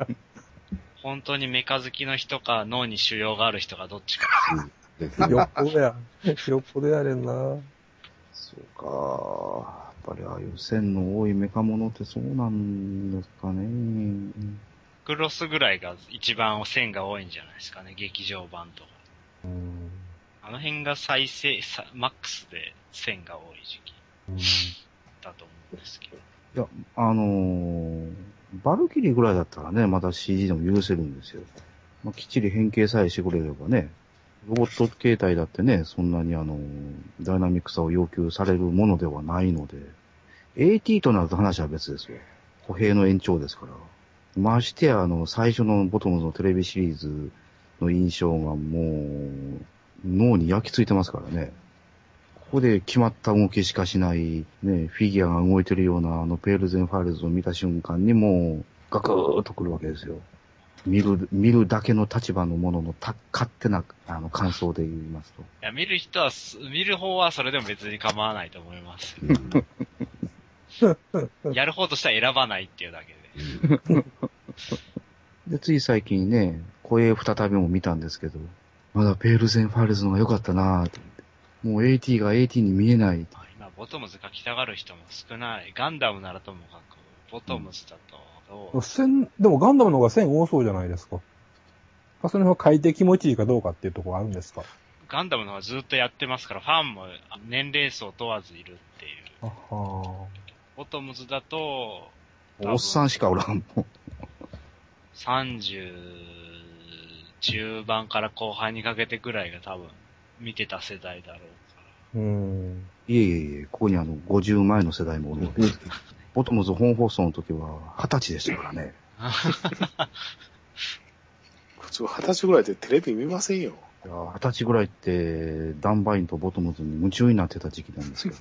本当にメカ好きの人か脳に腫瘍がある人かどっちか。 よっぽどや。よっぽどやれんな。 そうか。やっぱりああいう線の多いメカモノってそうなんですかね。 クロスぐらいが一番線が多いんじゃないですかね、劇場版とか。 うん、 あの辺が再生、マックスで線が多い時期だと思うんですけど。 いや、あのー、バルキリーぐらいだったらね、また シージー でも許せるんですよ。まあ、きっちり変形さえしてくれればね、ロボット形態だってね、そんなにあの、ダイナミックさを要求されるものではないので、エーティー となると話は別ですよ。歩兵の延長ですから。ましてや、あの、最初のボトムズのテレビシリーズの印象がもう、脳に焼き付いてますからね。ここで決まった動きしかしない、ね、フィギュアが動いてるような、あの、ペールゼンファイルズを見た瞬間にもう、ガクーッとくるわけですよ。見る、見るだけの立場のもののた勝手な、あの、感想で言いますと。いや、見る人は、見る方はそれでも別に構わないと思います。やる方としては選ばないっていうだけで。 で、つい最近ね、声再びも見たんですけど、まだペールゼンファイルズの方が良かったなぁと思って。もう エーティー が エーティー に見えない。 今、ボトムズ書きたがる人も少ない。ガンダムならともかく、ボトムズだとどう、 線、でもガンダムの方が線多そうじゃないですか。その辺は書いて気持ちいいかどうかっていうところあるんですか。 ガンダムの方がずっとやってますから、ファンも年齢層問わずいるっていう。 あはボトムズだと、 おっさんしかおらんもん。 さんじゅう中盤から後半にかけてぐらいが多分見てた世代だろうから。 うん。 いえいえいえ、ここにあのごじゅうまえの世代もおるわけです。ボトムズ本放送の時ははたちでしたからね。 普通はたちぐらいでテレビ見ませんよ。 いや、はたちぐらいってダンバインとボトムズに夢中になってた時期なんですけど。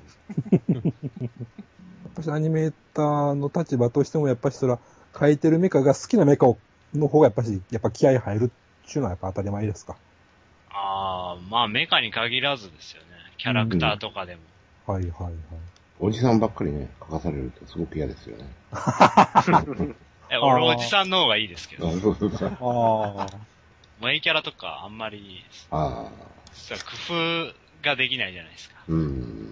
私アニメーターの立場としてもやっぱりそれは書いてるメカが好きなメカをの方がやっぱりやっぱ気合入るっていうのはやっぱ当たり前ですか。 ああ、まあメカに限らずですよね。キャラクターとかでも。 うん、はいはいはい。 おじさんばっかりね、書かされるとすごく嫌ですよね。 え、俺おじさんの方がいいですけど。 あそうそうそう。 ああ。 萌えキャラとかあんまり、 ああ。 工夫ができないじゃないですか。 うん。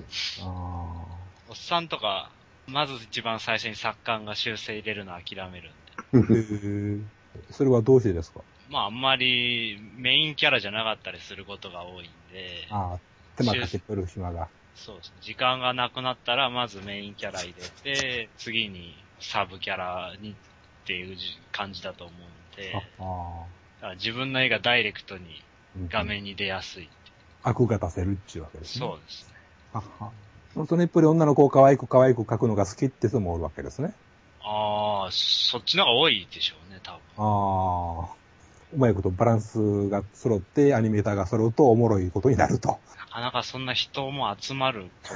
ああ。 おっさんとか、まず一番最初に作家が修正入れるの諦めるんで。 へえ。それはどうしてですか？ まああんまりメインキャラじゃなかったりすることが多いんで。 ああ、手間かけてる暇が。 そうですね。時間がなくなったら、まずメインキャラ入れて、次にサブキャラにっていう感じだと思うんで。ああ。だから自分の絵がダイレクトに画面に出やすい。 アクが出せるっていうわけですね。 そうですね。 はは。本当にやっぱり女の子を可愛く可愛く描くのが好きって人もおるわけですね。 ああ、そっちの方が多いでしょうね、多分。 ああ。うまいことバランスが揃って、アニメーターが揃うとおもろいことになると。 なかなかそんな人も集まること。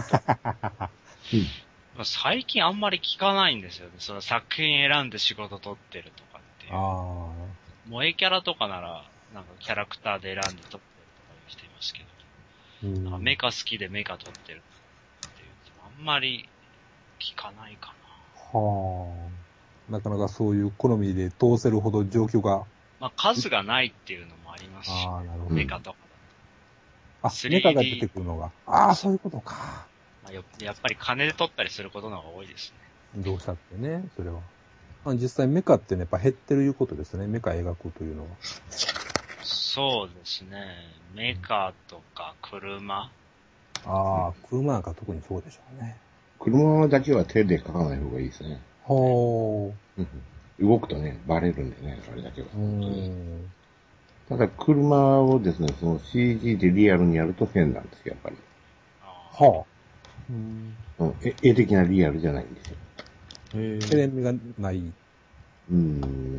うん、最近あんまり聞かないんですよね。その作品選んで仕事取ってるとかっていう。ああ。萌えキャラとかなら、なんかキャラクターで選んで撮ってるとかいう人いますけど。うん、なんかメカ好きでメカ撮ってるっていう人あんまり聞かないかな。はあ。なかなかそういう好みで通せるほど状況が。 まあ数がないっていうのもありますし。ああ、なるほど。メカとか。 あ、メカが出てくるのが。ああ、そういうことか。 まあ、やっぱり金で取ったりすることの方が多いですね。どうしたってね、それは。まあ、実際メカってね、やっぱ減ってるいうことですね。メカ描くというのは。 そうですね。メカとか車。 ああ、車なんか特にそうでしょうね。 車だけは手で描かない方がいいですね。 ほー。動くとね、バレるんでね、あれだけは。本当に。ただ、車をですね、その シージー でリアルにやると変なんですよ、やっぱり。 はあ。 うん。絵的なリアルじゃないんですよ。 へえ。テレビがない。 うん。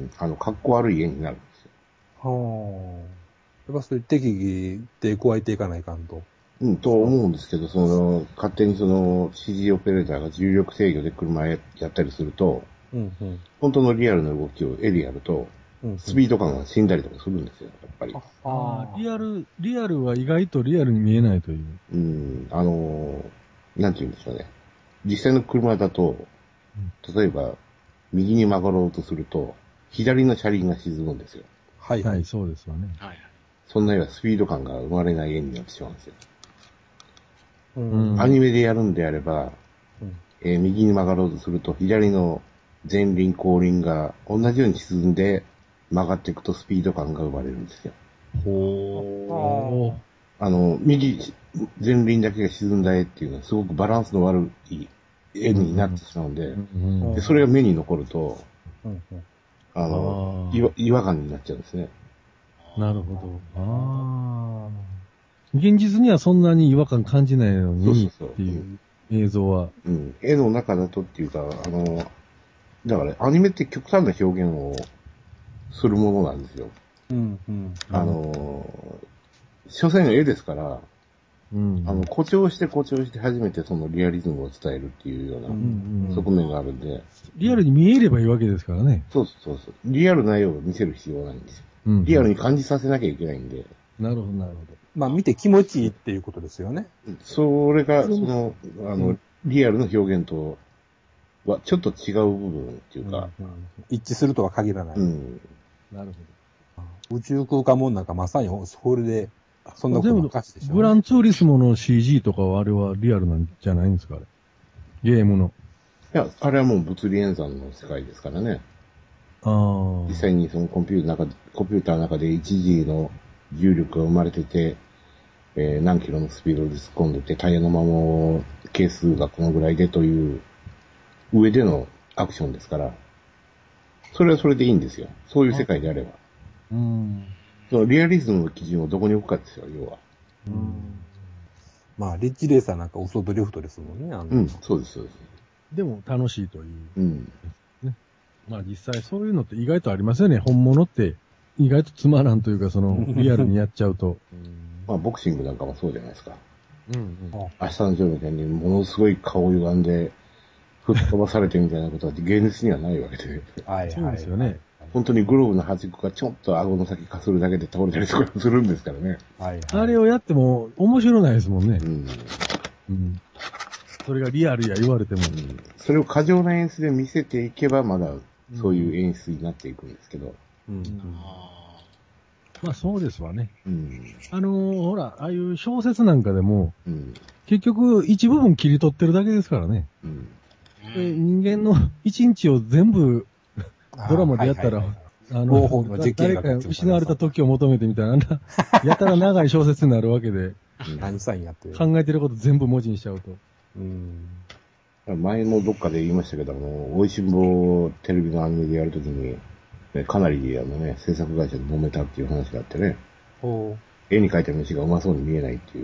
あの、格好悪い絵になるんですよ。 はあ。やっぱそういう適宜で加えていかないかんと。 うん、と思うんですけど、その、勝手にその シージー オペレーターが重力制御で車やったりすると、うんうん、本当のリアルな動きを絵でやると、うんうん、スピード感が死んだりとかするんですよ、やっぱり。 ああ、リアル、リアルは意外とリアルに見えないという。 うん、あの、なんて言うんでしょうね。実際の車だと、例えば、右に曲がろうとすると、左の車輪が沈むんですよ。 はい、はい、そうですわね。はい。 そんな絵はスピード感が生まれない絵になってしまうんですよ。うん、アニメでやるんであれば、うんえー、右に曲がろうとすると、左の前輪後輪が同じように沈んで曲がっていくとスピード感が生まれるんですよ。ほー。あの、右、前輪だけが沈んだ絵っていうのはすごくバランスの悪い絵になってしまうんで、うんうん、でそれが目に残ると、うんうん、あの違和、違和感になっちゃうんですね。 なるほど。ああ。現実にはそんなに違和感感じないのにっていう映像は。 うん。絵の中だとっていうか、あの、だからアニメって極端な表現をするものなんですよ。うんうん。あの、所詮絵ですから、うん、あの、誇張して誇張して初めてそのリアリズムを伝えるっていうような側面があるんで、うんうん。 リアルに見えればいいわけですからね。 そうそうそう。リアルな絵を見せる必要はないんですよ。うん、リアルに感じさせなきゃいけないんで。 なるほど、なるほど。 まあ見て気持ちいいっていうことですよね。 それが、その、あの、うん、リアルの表現とはちょっと違う部分っていうか。うんうん、 一致するとは限らない。うん、なるほど。宇宙空間もんなんかまさにそれで、そんなことばっかしでしょ、ね。 グランツーリスモの シージー とかはあれはリアルなんじゃないんですかあれ。ゲームの。 いや、あれはもう物理演算の世界ですからね。ああ。実際にそのコンピューターの中で、コンピューターの中で いちジー の重力が生まれてて、えー、何キロのスピードで突っ込んでて、タイヤの摩耗係数がこのぐらいでという上でのアクションですから、それはそれでいいんですよ。そういう世界であれば。うん。そのリアリズムの基準をどこに置くかですよ、要は。うん。 まあ、リッチレーサーなんかオフドリフトですもんね。あのうん、そうです、そうです。 でも楽しいという。うん。ね。まあ実際そういうのって意外とありますよね。本物って意外とつまらんというか、その、リアルにやっちゃうと。 まあボクシングなんかもそうじゃないですか。うんうん。明日のジョーみたいにものすごい顔歪んで、吹っ飛ばされてみたいなことは現実にはないわけで。 はい、そうですよね。 本当にグローブの端っこがちょっと顎の先かするだけで倒れたりとかするんですからね。 はい、はい。あれをやっても面白ないですもんね。うん。うん。それがリアルや言われても。うん、 それを過剰な演出で見せていけばまだそういう演出になっていくんですけど。うん。 まあそうですわね。うん。あのー、ほら、ああいう小説なんかでも、うん、結局一部分切り取ってるだけですからね。うん。人間の一日を全部ドラマでやったら、あの、誰か失われた時を求めてみたいな、あんな、やたら長い小説になるわけで、 何歳やって考えてること全部文字にしちゃうと。うん。前もどっかで言いましたけど、あの、おいしんぼテレビのアニメでやるときに、かなりあのね、制作会社で揉めたっていう話があってね。絵に描いた飯がうまそうに見えないっていう。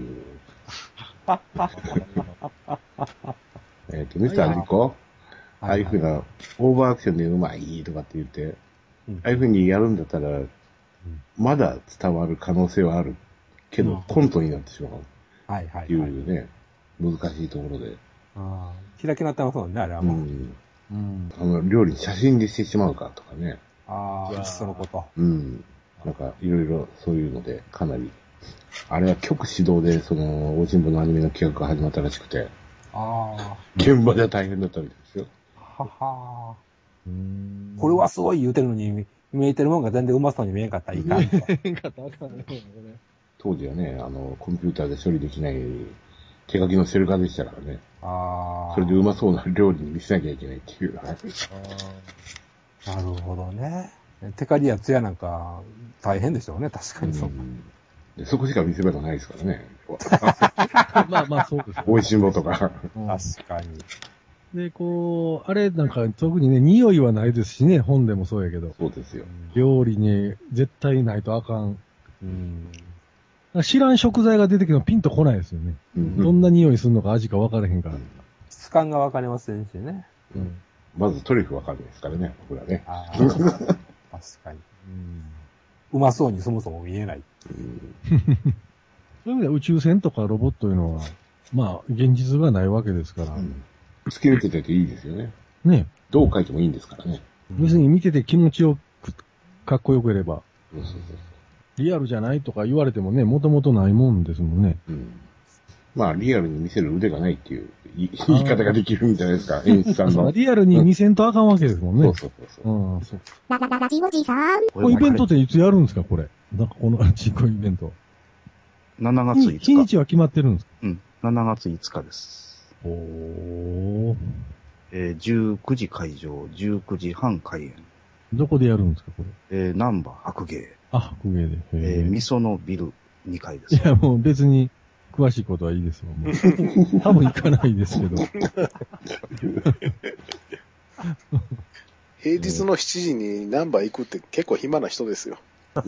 えっと、ミスターリコああいうふうな、オーバーアクションでうまいとかって言って、うん、ああいうふうにやるんだったら、うん、まだ伝わる可能性はあるけど、うん、コントになってしまう。はいはい。っていうね、難しいところで。 ああ、開きなってますもんね、あれはもう。うん。 うん、あの、料理写真にしてしまうかとかね。 ああ、いっそのこと。 うん。なんか、いろいろそういうので、かなり、あれは局指導で、その、おしんぼのアニメの企画が始まったらしくて、ああ。現場では大変だったみたいですよ。ははー。うーん。これはすごい言うてるのに、見えてるもんが全然うまそうに見えんかったらいかんと。見えんかったらあかんね。 当時はね、あの、コンピューターで処理できない手書きのセル画でしたからね。ああ。それでうまそうな料理に見せなきゃいけないっていう。ああ。なるほどね。テカリやツヤなんか大変でしょうね、確かにそう。 うんでそこしか見せ場がないですからね。 まあまあそうです、ね。 美味しいものとか。確かに。 で、こう、あれなんか特にね、匂いはないですしね、本でもそうやけど。 そうですよ。 料理に絶対ないとあかん。うん、知らん食材が出てきてもピンとこないですよね。うん、どんな匂いするのか味か分からへんから。 質感が分かりませんしね。 うん、まずトリュフ分かるんですからね、僕らね。あ確かに。うんうまそうにそもそも見えない。うん、 そういう意味では宇宙船とかロボットいうのは、まあ、現実がないわけですから。うん、 突き抜けてていいですよね。 ね。 どう書いてもいいんですからね。 要するに見てて気持ちよく、かっこよければ。そうそうそうリアルじゃないとか言われてもね、もともとないもんですもんね。うん、 まあ、リアルに見せる腕がないっていう言い方ができるんじゃないですか、演出さんの。 リアルに見せんとあかんわけですもんね。そうそうそうそう。うん、そう。 ララララジオジさん。 これイベントっていつやるんですか、これ。なんかこの実行イベント。 しちがついつか。 日にちは決まってるんですか？ うん。しちがついつかです。おー。えー、じゅうくじ会場、じゅうくじはん開演。 どこでやるんですか、これ。えー、ナンバー白芸。 あ、白芸で。 えー、みそのビルにかいです。 いや、もう別に。詳しいことはいいですよ。もう多分行かないですけど。 平日のしちじにナンバー行くって結構暇な人ですよ。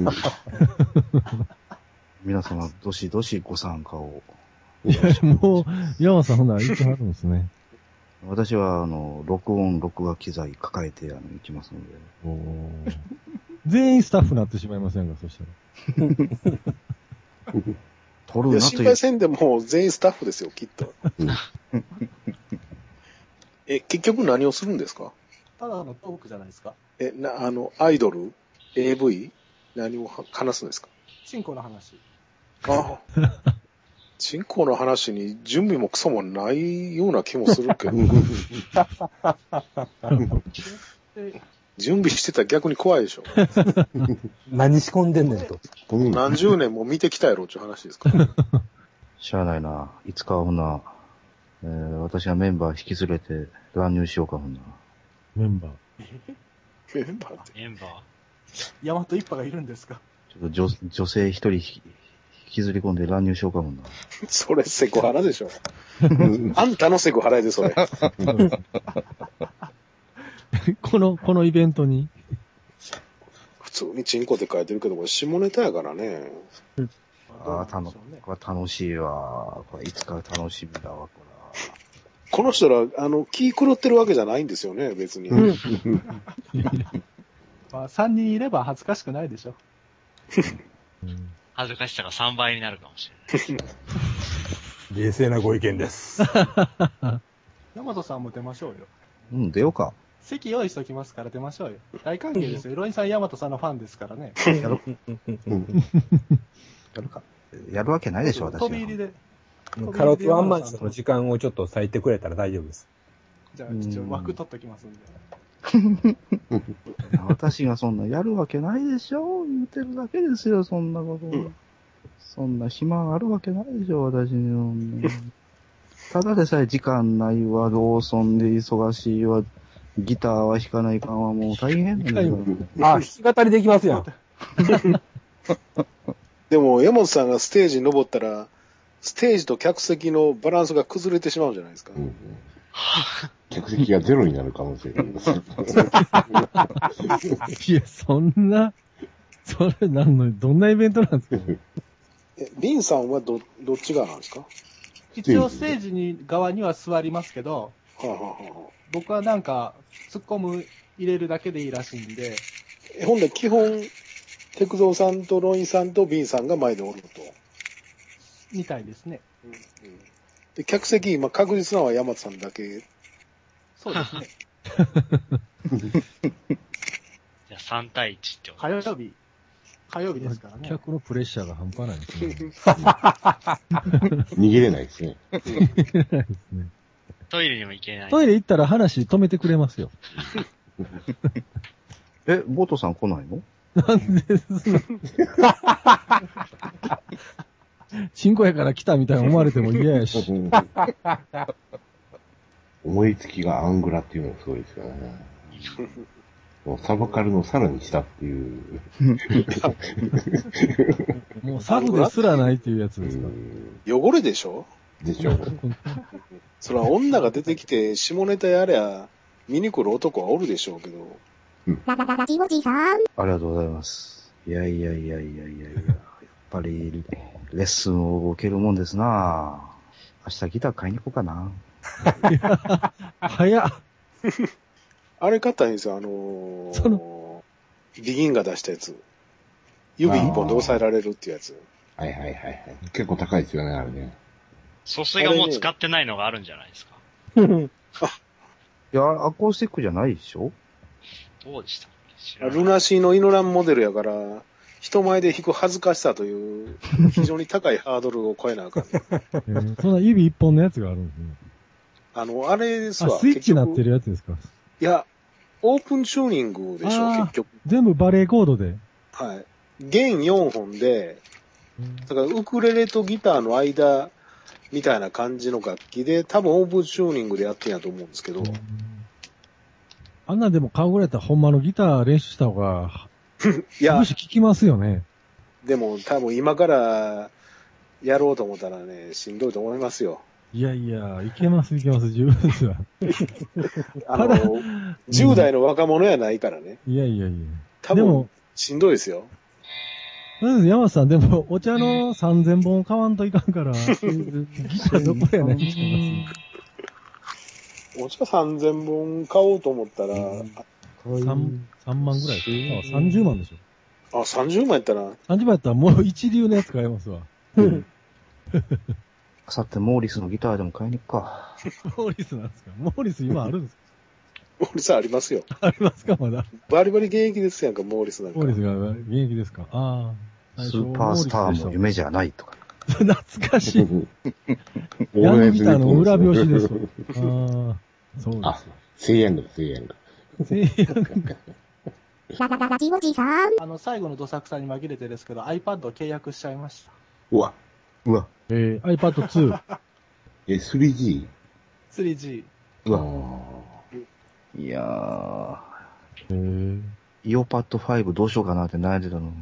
皆様、どしどしご参加を。 いや、もう、山さんほんなら行ってはるんですね。 私は、あの、録音、録画機材抱えて、あの、行きますので。 お全員スタッフになってしまいませんか、そしたら。 いや、心配せんでも全員スタッフですよ、きっと。え、結局何をするんですか？ ただのトークじゃないですか。 え、な、あの、アイドル ?エーブイ? 何を話すんですか？ チンコの話。 ああ。チンコの話に準備もクソもないような気もするけど。準備してたら逆に怖いでしょ。 何仕込んでんねんと。 何十年も見てきたやろっていう話ですか。 しゃあないな。いつかほんな、えー、私はメンバー引き連れて乱入しようかほんな。 メンバーメンバーって。 メンバーヤマト一派がいるんですか？ ちょっと 女, 女性一人引きずり込んで乱入しようかほんな。 それセクハラでしょ。あんたのセクハラやで、それ。 この、このイベントに普通にチンコって書いてるけど、これ下ネタやからね。 ああ、たの、これ楽しいわ。これいつか楽しみだわ、これ。 この人ら、あの、気狂ってるわけじゃないんですよね、別に。うん、 まあ、さんにんいれば恥ずかしくないでしょ。 恥ずかしさがさんばいになるかもしれない。 冷静なご意見です。 ヤマトさんも出ましょうよ。 うん、出ようか。 席用意しときますから出ましょうよ。大歓迎ですよ。エロインさん、ヤマトさんのファンですからね。 やるやるか。やるわけないでしょ、私は。 飛び入りで。 カロットワンマンの時間をちょっと割いてくれたら大丈夫です。 じゃあ、一応枠取っときますんで。 私がそんなやるわけないでしょ言ってるだけですよ、そんなこと。うん、そんな暇があるわけないでしょ、私に。ただでさえ時間ないわ、ローソンで忙しいわ、ギターは弾かないかんはもう大変なんだよ。 あ、弾き語りできますやん。 でも、山本さんがステージに登ったら、ステージと客席のバランスが崩れてしまうんじゃないですか。うんうん、 客席がゼロになる可能性があります。 いや、そんな、それ、なんの、どんなイベントなんですか？ え、リンさんはど、どっち側なんですか？ 一応ステージに側には座りますけど、はあはあはあ、僕はなんか、突っ込む、入れるだけでいいらしいんで。 え、ほんで基本、テクゾーさんとロインさんとビンさんが前でおると。 みたいですね。うんうん、 で、客席、今確実なのは山田さんだけ。 そうですね。 じゃあさん対いちって火曜日。火曜日ですからね。 客のプレッシャーが半端ないですね。 逃げれないですね。 逃げれないですね。 トイレにも行けない。 トイレ行ったら話止めてくれますよ。 え、ボトさん来ないの？ なんですのチンコやから来たみたいに思われても嫌やし。 思いつきがアングラっていうのがすごいですよね。もうサブカルのさらに下っていう。 もうサブですらないっていうやつですか。 汚れでしょ？ でしょ。 それは女が出てきて下ネタやりゃ見に来る男はおるでしょうけど。 うん、ララララジオジさん。 ありがとうございます。いやいやいやいやいやいや、やっぱりレッスンを受けるもんですな。明日ギター買いに行こうかな。 早っ。 あれ買ったらいいんですよ、あのー、そのビギンが出したやつ。指一本で押さえられるっていうやつ。 はいはいはいはい。結構高いですよね、あれね。 疎水がもう使ってないのがあるんじゃないですか。 あいや、アコースティックじゃないでしょ？ どうでしたルナシーのイノランモデルやから、人前で弾く恥ずかしさという、非常に高いハードルを超えなあかん、ねえー。そんな指一本のやつがあるんですね。 あの、あれですわ。 スイッチになってるやつですか？ いや、オープンチューニングでしょ、結局。 全部バレーコードで。 はい。弦よんほんで、だからウクレレとギターの間みたいな感じの楽器で、多分オープンチューニングでやってんやと思うんですけど。 あんなんでも買うぐらいだったらほんまのギター練習した方が、 いや、 もし聞きますよね。 でも多分今からやろうと思ったらね、しんどいと思いますよ。 いやいや、いけますいけます、十分ですわ。 あの、じゅう代の若者やないからね。 いやいやいや。 多分、しんどいですよ。 山田さん、でも、お茶のさんぜんぼん買わんといかんから、ギターどこやねんって言います。 お茶さんぜんぼん買おうと思ったら、 うん、3, さんまんぐらいですか？さんじゅうまんでしょ。あ、さんじゅうまんやったらさんじゅうまんやったらもう一流のやつ買えますわ。 あさってモーリスのギターでも買いに行くか。 モーリスなんですか？モーリス今あるんですか？ モーリスありますよ。 ありますかまだ。 バリバリ現役ですやんか、モーリスなんか。 モーリスが現役ですか？ああ。 スーパースターも夢じゃないとか。 懐かしい。ヤングギターの裏表紙です。ああ。そうです。 あ、セイヤングだ、セイヤング。 セイヤング。 ララララジオジさん。 あの、最後のどさくさに紛れてですけど、iPad を契約しちゃいました。 うわ。うわ。 えー、アイパッドツー。 え、スリージー？ スリージー。うわ。いやー。 えー。 イオパッドファイブどうしようかなって悩んでたの。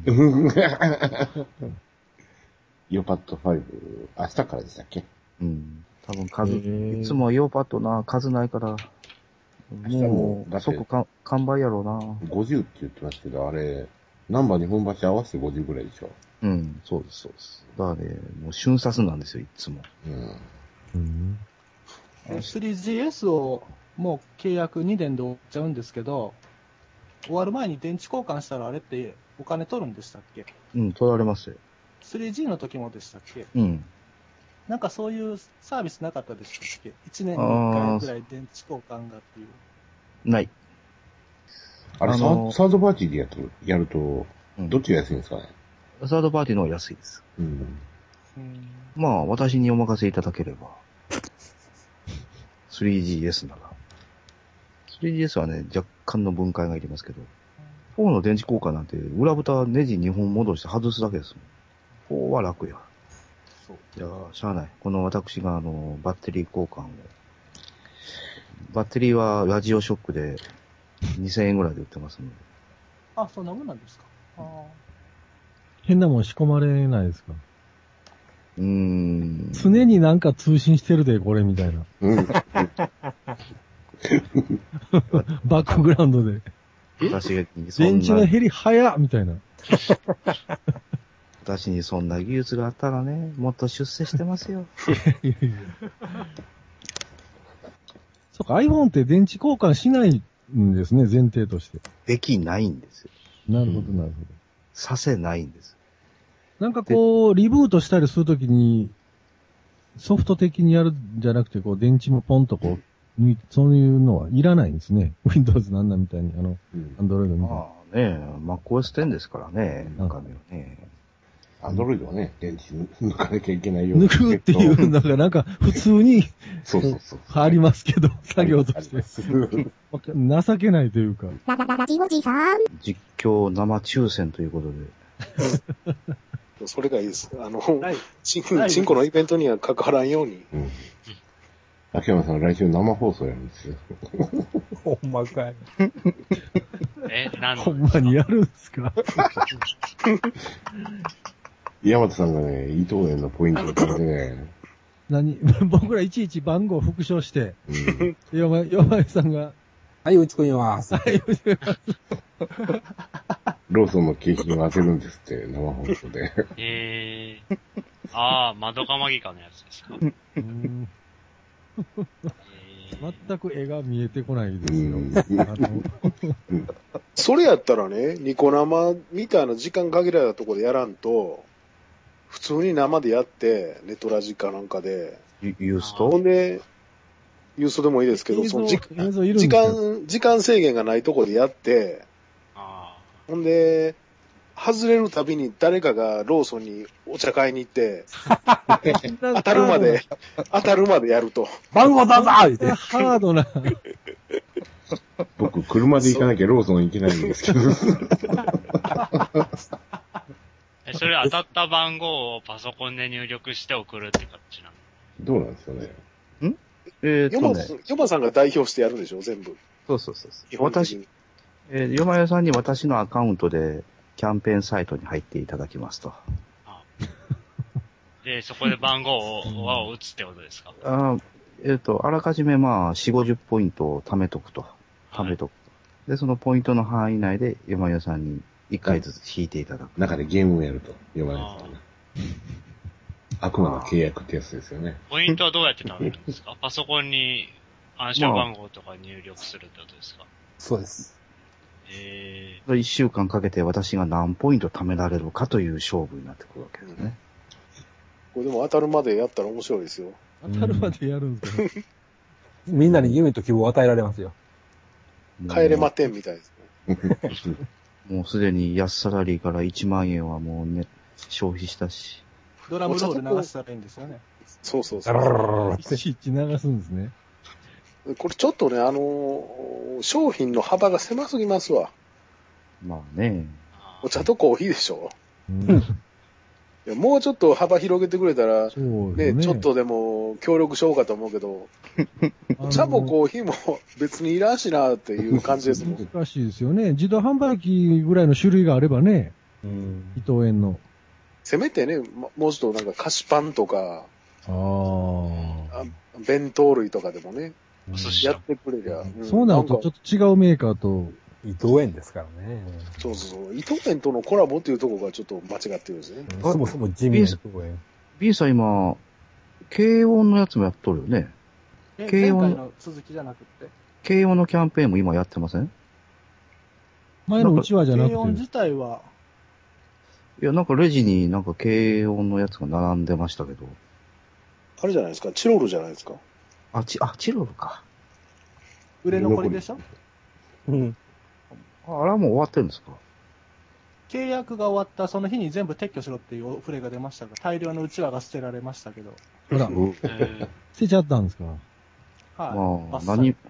イオパッドファイブ、明日からでしたっけ？ うん。多分数、いつもイオパッドな、数ないから、もう、即か完売やろうな。 ごじゅうって言ってますけど、あれ、ナンバー日本橋合わせてごじゅうぐらいでしょ。 うん、そうです、そうです。だからね、もう瞬殺なんですよ、いつも。 うん。 うん、スリージーエス をもう契約にねんで終わっちゃうんですけど、終わる前に電池交換したらあれってお金取るんでしたっけ？ うん、取られますよ。 スリージー の時もでしたっけ？ うん。 なんかそういうサービスなかったでしたっけ？ いち 年にいっかいぐらい電池交換がっていう。 ない。 あれ、あのー、サードパーティーでやると、やると、どっちが安いんですかね？ サードパーティーの方が安いです。 うん。 まあ、私にお任せいただければ。スリージーエス なら。 スリーディーエス はね、若干の分解がいりますけど、フォーの電池交換なんて、裏蓋ネジにほん戻して外すだけですもん。フォーは楽や。そう。じゃあ、しゃあない。この私があの、バッテリー交換を。バッテリーはラジオショックでにせんえんぐらいで売ってますので。 あ、そんなもんなんですか。あ変なもん仕込まれないですか。 うーん。 常になんか通信してるで、これみたいな。うん、バックグラウンドで。 私が電池の減り早っみたいな。 私にそんな技術があったらね、もっと出世してますよ。いやいやそうか、iPhone って電池交換しないんですね、前提として。 できないんですよ。 なるほど、なるほど。 させないんです。 なんかこう、リブートしたりするときに、ソフト的にやるんじゃなくて、こう、電池もポンとこう、抜いそういうのはいらないんですね。Windows なんだみたいに、あの、うん、Android みたいな。 まあね、MacOS テンですからね、中身はね。 アンドロイドはね、電池抜かなきゃいけないような。抜くっていうのがなんか普通にそうそうそう。 ありますけど、作業として。情けないというか。 実況生抽選ということで。それがいいです。あの、チン、チンコのイベントには関わらんように。うん。 秋山さん来週生放送やるんですよ。 ほんまかい。 え、なんほんまにやるんすか山田さんがね、伊藤園のポイントを買ってね。 何僕らいちいち番号を復唱して、うん、よま、よまえさんが、 はい、打ち込みます。はい、打ち込みます。 ローソンの景品を当てるんですって、生放送で。 えー。ああ、窓かまぎかのやつですか。うん全く絵が見えてこないですよ。あのそれやったらね、ニコ生みたいな時間限られたところでやらんと、普通に生でやって、ネトラジかなんかで。 ユースト？ ほんで、ユーストでもいいですけど、その時間、時間、時間制限がないところでやって、あほんで、外れるたびに誰かがローソンにお茶買いに行って、当たるまで、当たるまでやると。 番号どうぞ言って。 ハードな。 僕、車で行かなきゃローソン行けないんですけど。 え、それ当たった番号をパソコンで入力して送るって感じなの？ どうなんですかね。 んえー、 ヨマ、ヨマさんが代表してやるでしょ、全部。 そうそうそうそう。私、えー、ヨマヨさんに私のアカウントで、キャンペーンサイトに入っていただきますと。あで、そこで番号を打つってことですか？ あえっ、ー、と、あらかじめまあ、よんじゅう、ごじゅうポイントを貯めとくと。貯めとくと。はい、で、そのポイントの範囲内で、ヨマヨさんにいっかいずつ引いていただく。 中でゲームをやると、ヨマヨさんが。悪魔の契約ってやつですよね。 ポイントはどうやって貯めるんですか？パソコンに暗証番号とか入力するってことですか？まあ、 そうです。 えー、いっしゅうかんかけて私が何ポイント貯められるかという勝負になってくるわけですね。 これでも当たるまでやったら面白いですよ。 当たるまでやるんですか、ね、 みんなに夢と希望を与えられますよ。 帰れまてんみたいですね。もうすでに安サラリーからいちまんえんはもうね、消費したし。 ドラムロール流したらいいんですよね。 そうそうそう。 いちいち流すんですね。 これちょっとね、あのー、商品の幅が狭すぎますわ。 まあね。 お茶とコーヒーでしょ。うん、いやもうちょっと幅広げてくれたら、ね、ね、ちょっとでも協力しようかと思うけど、お茶もコーヒーも別にいらんしなっていう感じですもん。 難しいですよね。自動販売機ぐらいの種類があればね、うん、伊藤園の。 せめてね、もうちょっとなんか菓子パンとか、ああ弁当類とかでもね、やってくれりゃ、 うん。そうなるとちょっと違うメーカーと。 伊藤園ですからね。 そうそうそう。伊藤園とのコラボっていうところがちょっと間違ってるんですね。 うん、そもそも地味な伊藤園。 B さん今、軽音のやつもやっとるよね。 軽音の続きじゃなくて。 軽音のキャンペーンも今やってません？ 前のうちわじゃなくて。 軽音自体は。 いや、なんかレジになんか軽音のやつが並んでましたけど。 あれじゃないですか、チロルじゃないですか。 あ、ち、あ、チロルか。 売れ残りでしょ？ うん。あれはもう終わってるんですか？ 契約が終わったその日に全部撤去しろっていうお触れが出ましたが、大量のうちわが捨てられましたけど。 ほら、えー、捨てちゃったんですか？ はい。 まあ、何、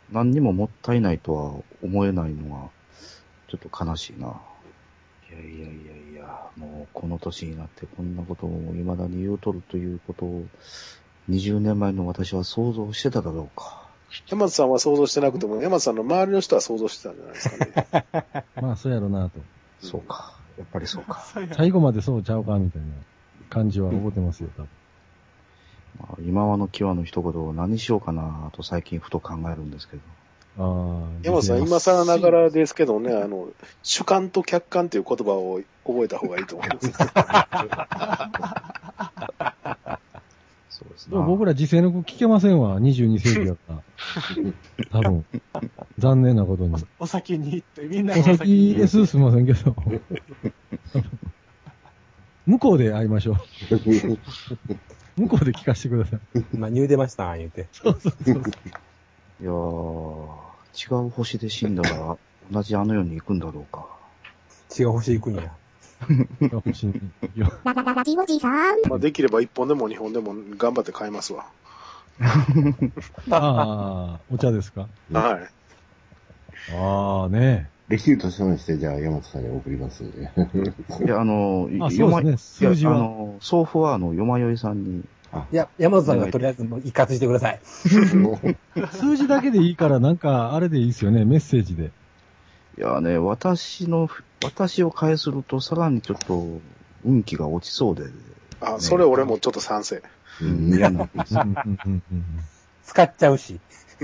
何にももったいないとは思えないのが、ちょっと悲しいな。いやいやいやいや、もうこの年になってこんなことを未だに言うとるということを、にじゅうねんまえの私は想像してただろうか。 山田さんは想像してなくても、山田さんの周りの人は想像してたんじゃないですかね。 まあ、そうやろなと。 そうか。やっぱりそうか。 最後までそうちゃうかみたいな感じは覚えてますよ、多分。 まあ、今和の際の一言を何しようかなと最近ふと考えるんですけど。 ああ。山田さん、今更ながらですけどね、あの、主観と客観という言葉を覚えた方がいいと思います。 そうですね。僕ら時世の子聞けませんわ、にじゅうに世紀やった。多分。残念なことに。 お先に行って、みんなお先ですすみませんけど。向こうで会いましょう。向こうで聞かせてください。 今、言うてました、言うて。 そうそうそう。 いやー、違う星で死んだら、同じあの世に行くんだろうか。 違う星行くんや。 違う星に行くよ。 ララララジオジさん。 まあ、できればいっぽんでもにほんでも頑張って買いますわ。 ああ、お茶ですか？ はい。 ああ、ねレシート書にして、じゃあ、山本さんに送りますんで。 いや、あの、 あ、そうですね、数字は。 あの、送付は、あの、よまよいさんに。 いや、山本さんがとりあえずもう一括してください。 数字だけでいいから、なんか、あれでいいですよね、メッセージで。 いやね、私の、私を返すると、さらにちょっと、運気が落ちそうで。 あ、それ俺もちょっと賛成。 うん、嫌な。 使っちゃうし。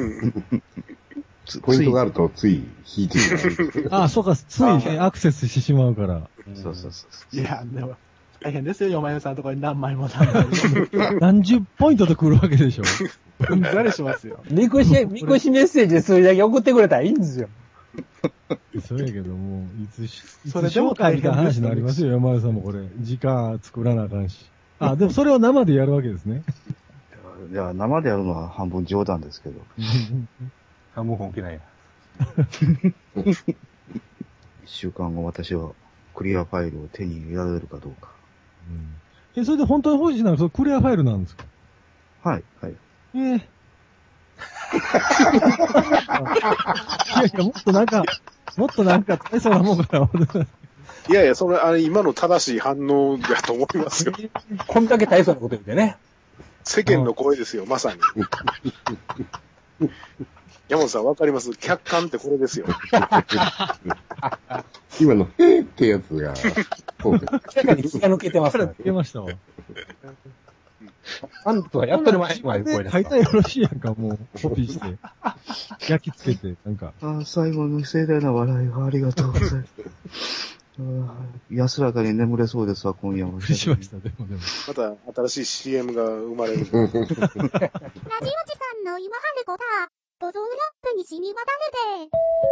ポイントがあるとつい引いてる。ああ、そうか、ついね、アクセスしてしまうから。 そうそうそう。 いや、でも、大変ですよ、よまよさんのところに何枚も何枚も。何十ポイントと来るわけでしょ。 うんざりしますよ。 みこし、みこしメッセージでそれだけ送ってくれたらいいんですよ。 そうやけども、いつ、いつ紹介みたいな話になりますよ、山田さんもこれ。時間作らなあかんし。あ、でもそれを生でやるわけですね。 いや、生でやるのは半分冗談ですけど。 半分本気なんや。 一週間後私はクリアファイルを手に入れられるかどうか。 うん、え、それで本当に欲しいなら、それクリアファイルなんですか？ はい、はい。 ええー。いやいや、もっとなんか、もっとなんか大層なもんかな。 いやいや、それ、あれ、今の正しい反応だと思いますよ。 こんだけ大層なこと言ってね。 世間の声ですよ、まさに。山本さんわかります？客観ってこれですよ。 今の、へーってやつが、 明らかに気が抜けてますね。 抜けましたわ。 あんたはやっとる前に声です。書いたらよろしいやんか、もう、コピーして。焼き付けて、なんか。 ああ、最後の盛大な笑いをありがとうございます。安らかに眠れそうですわ、今夜は。 びっくりしました、でもでも。 また新しい シーエム が生まれる。ラジオジさんの今春子だ。ボゾーラップに染み渡るで。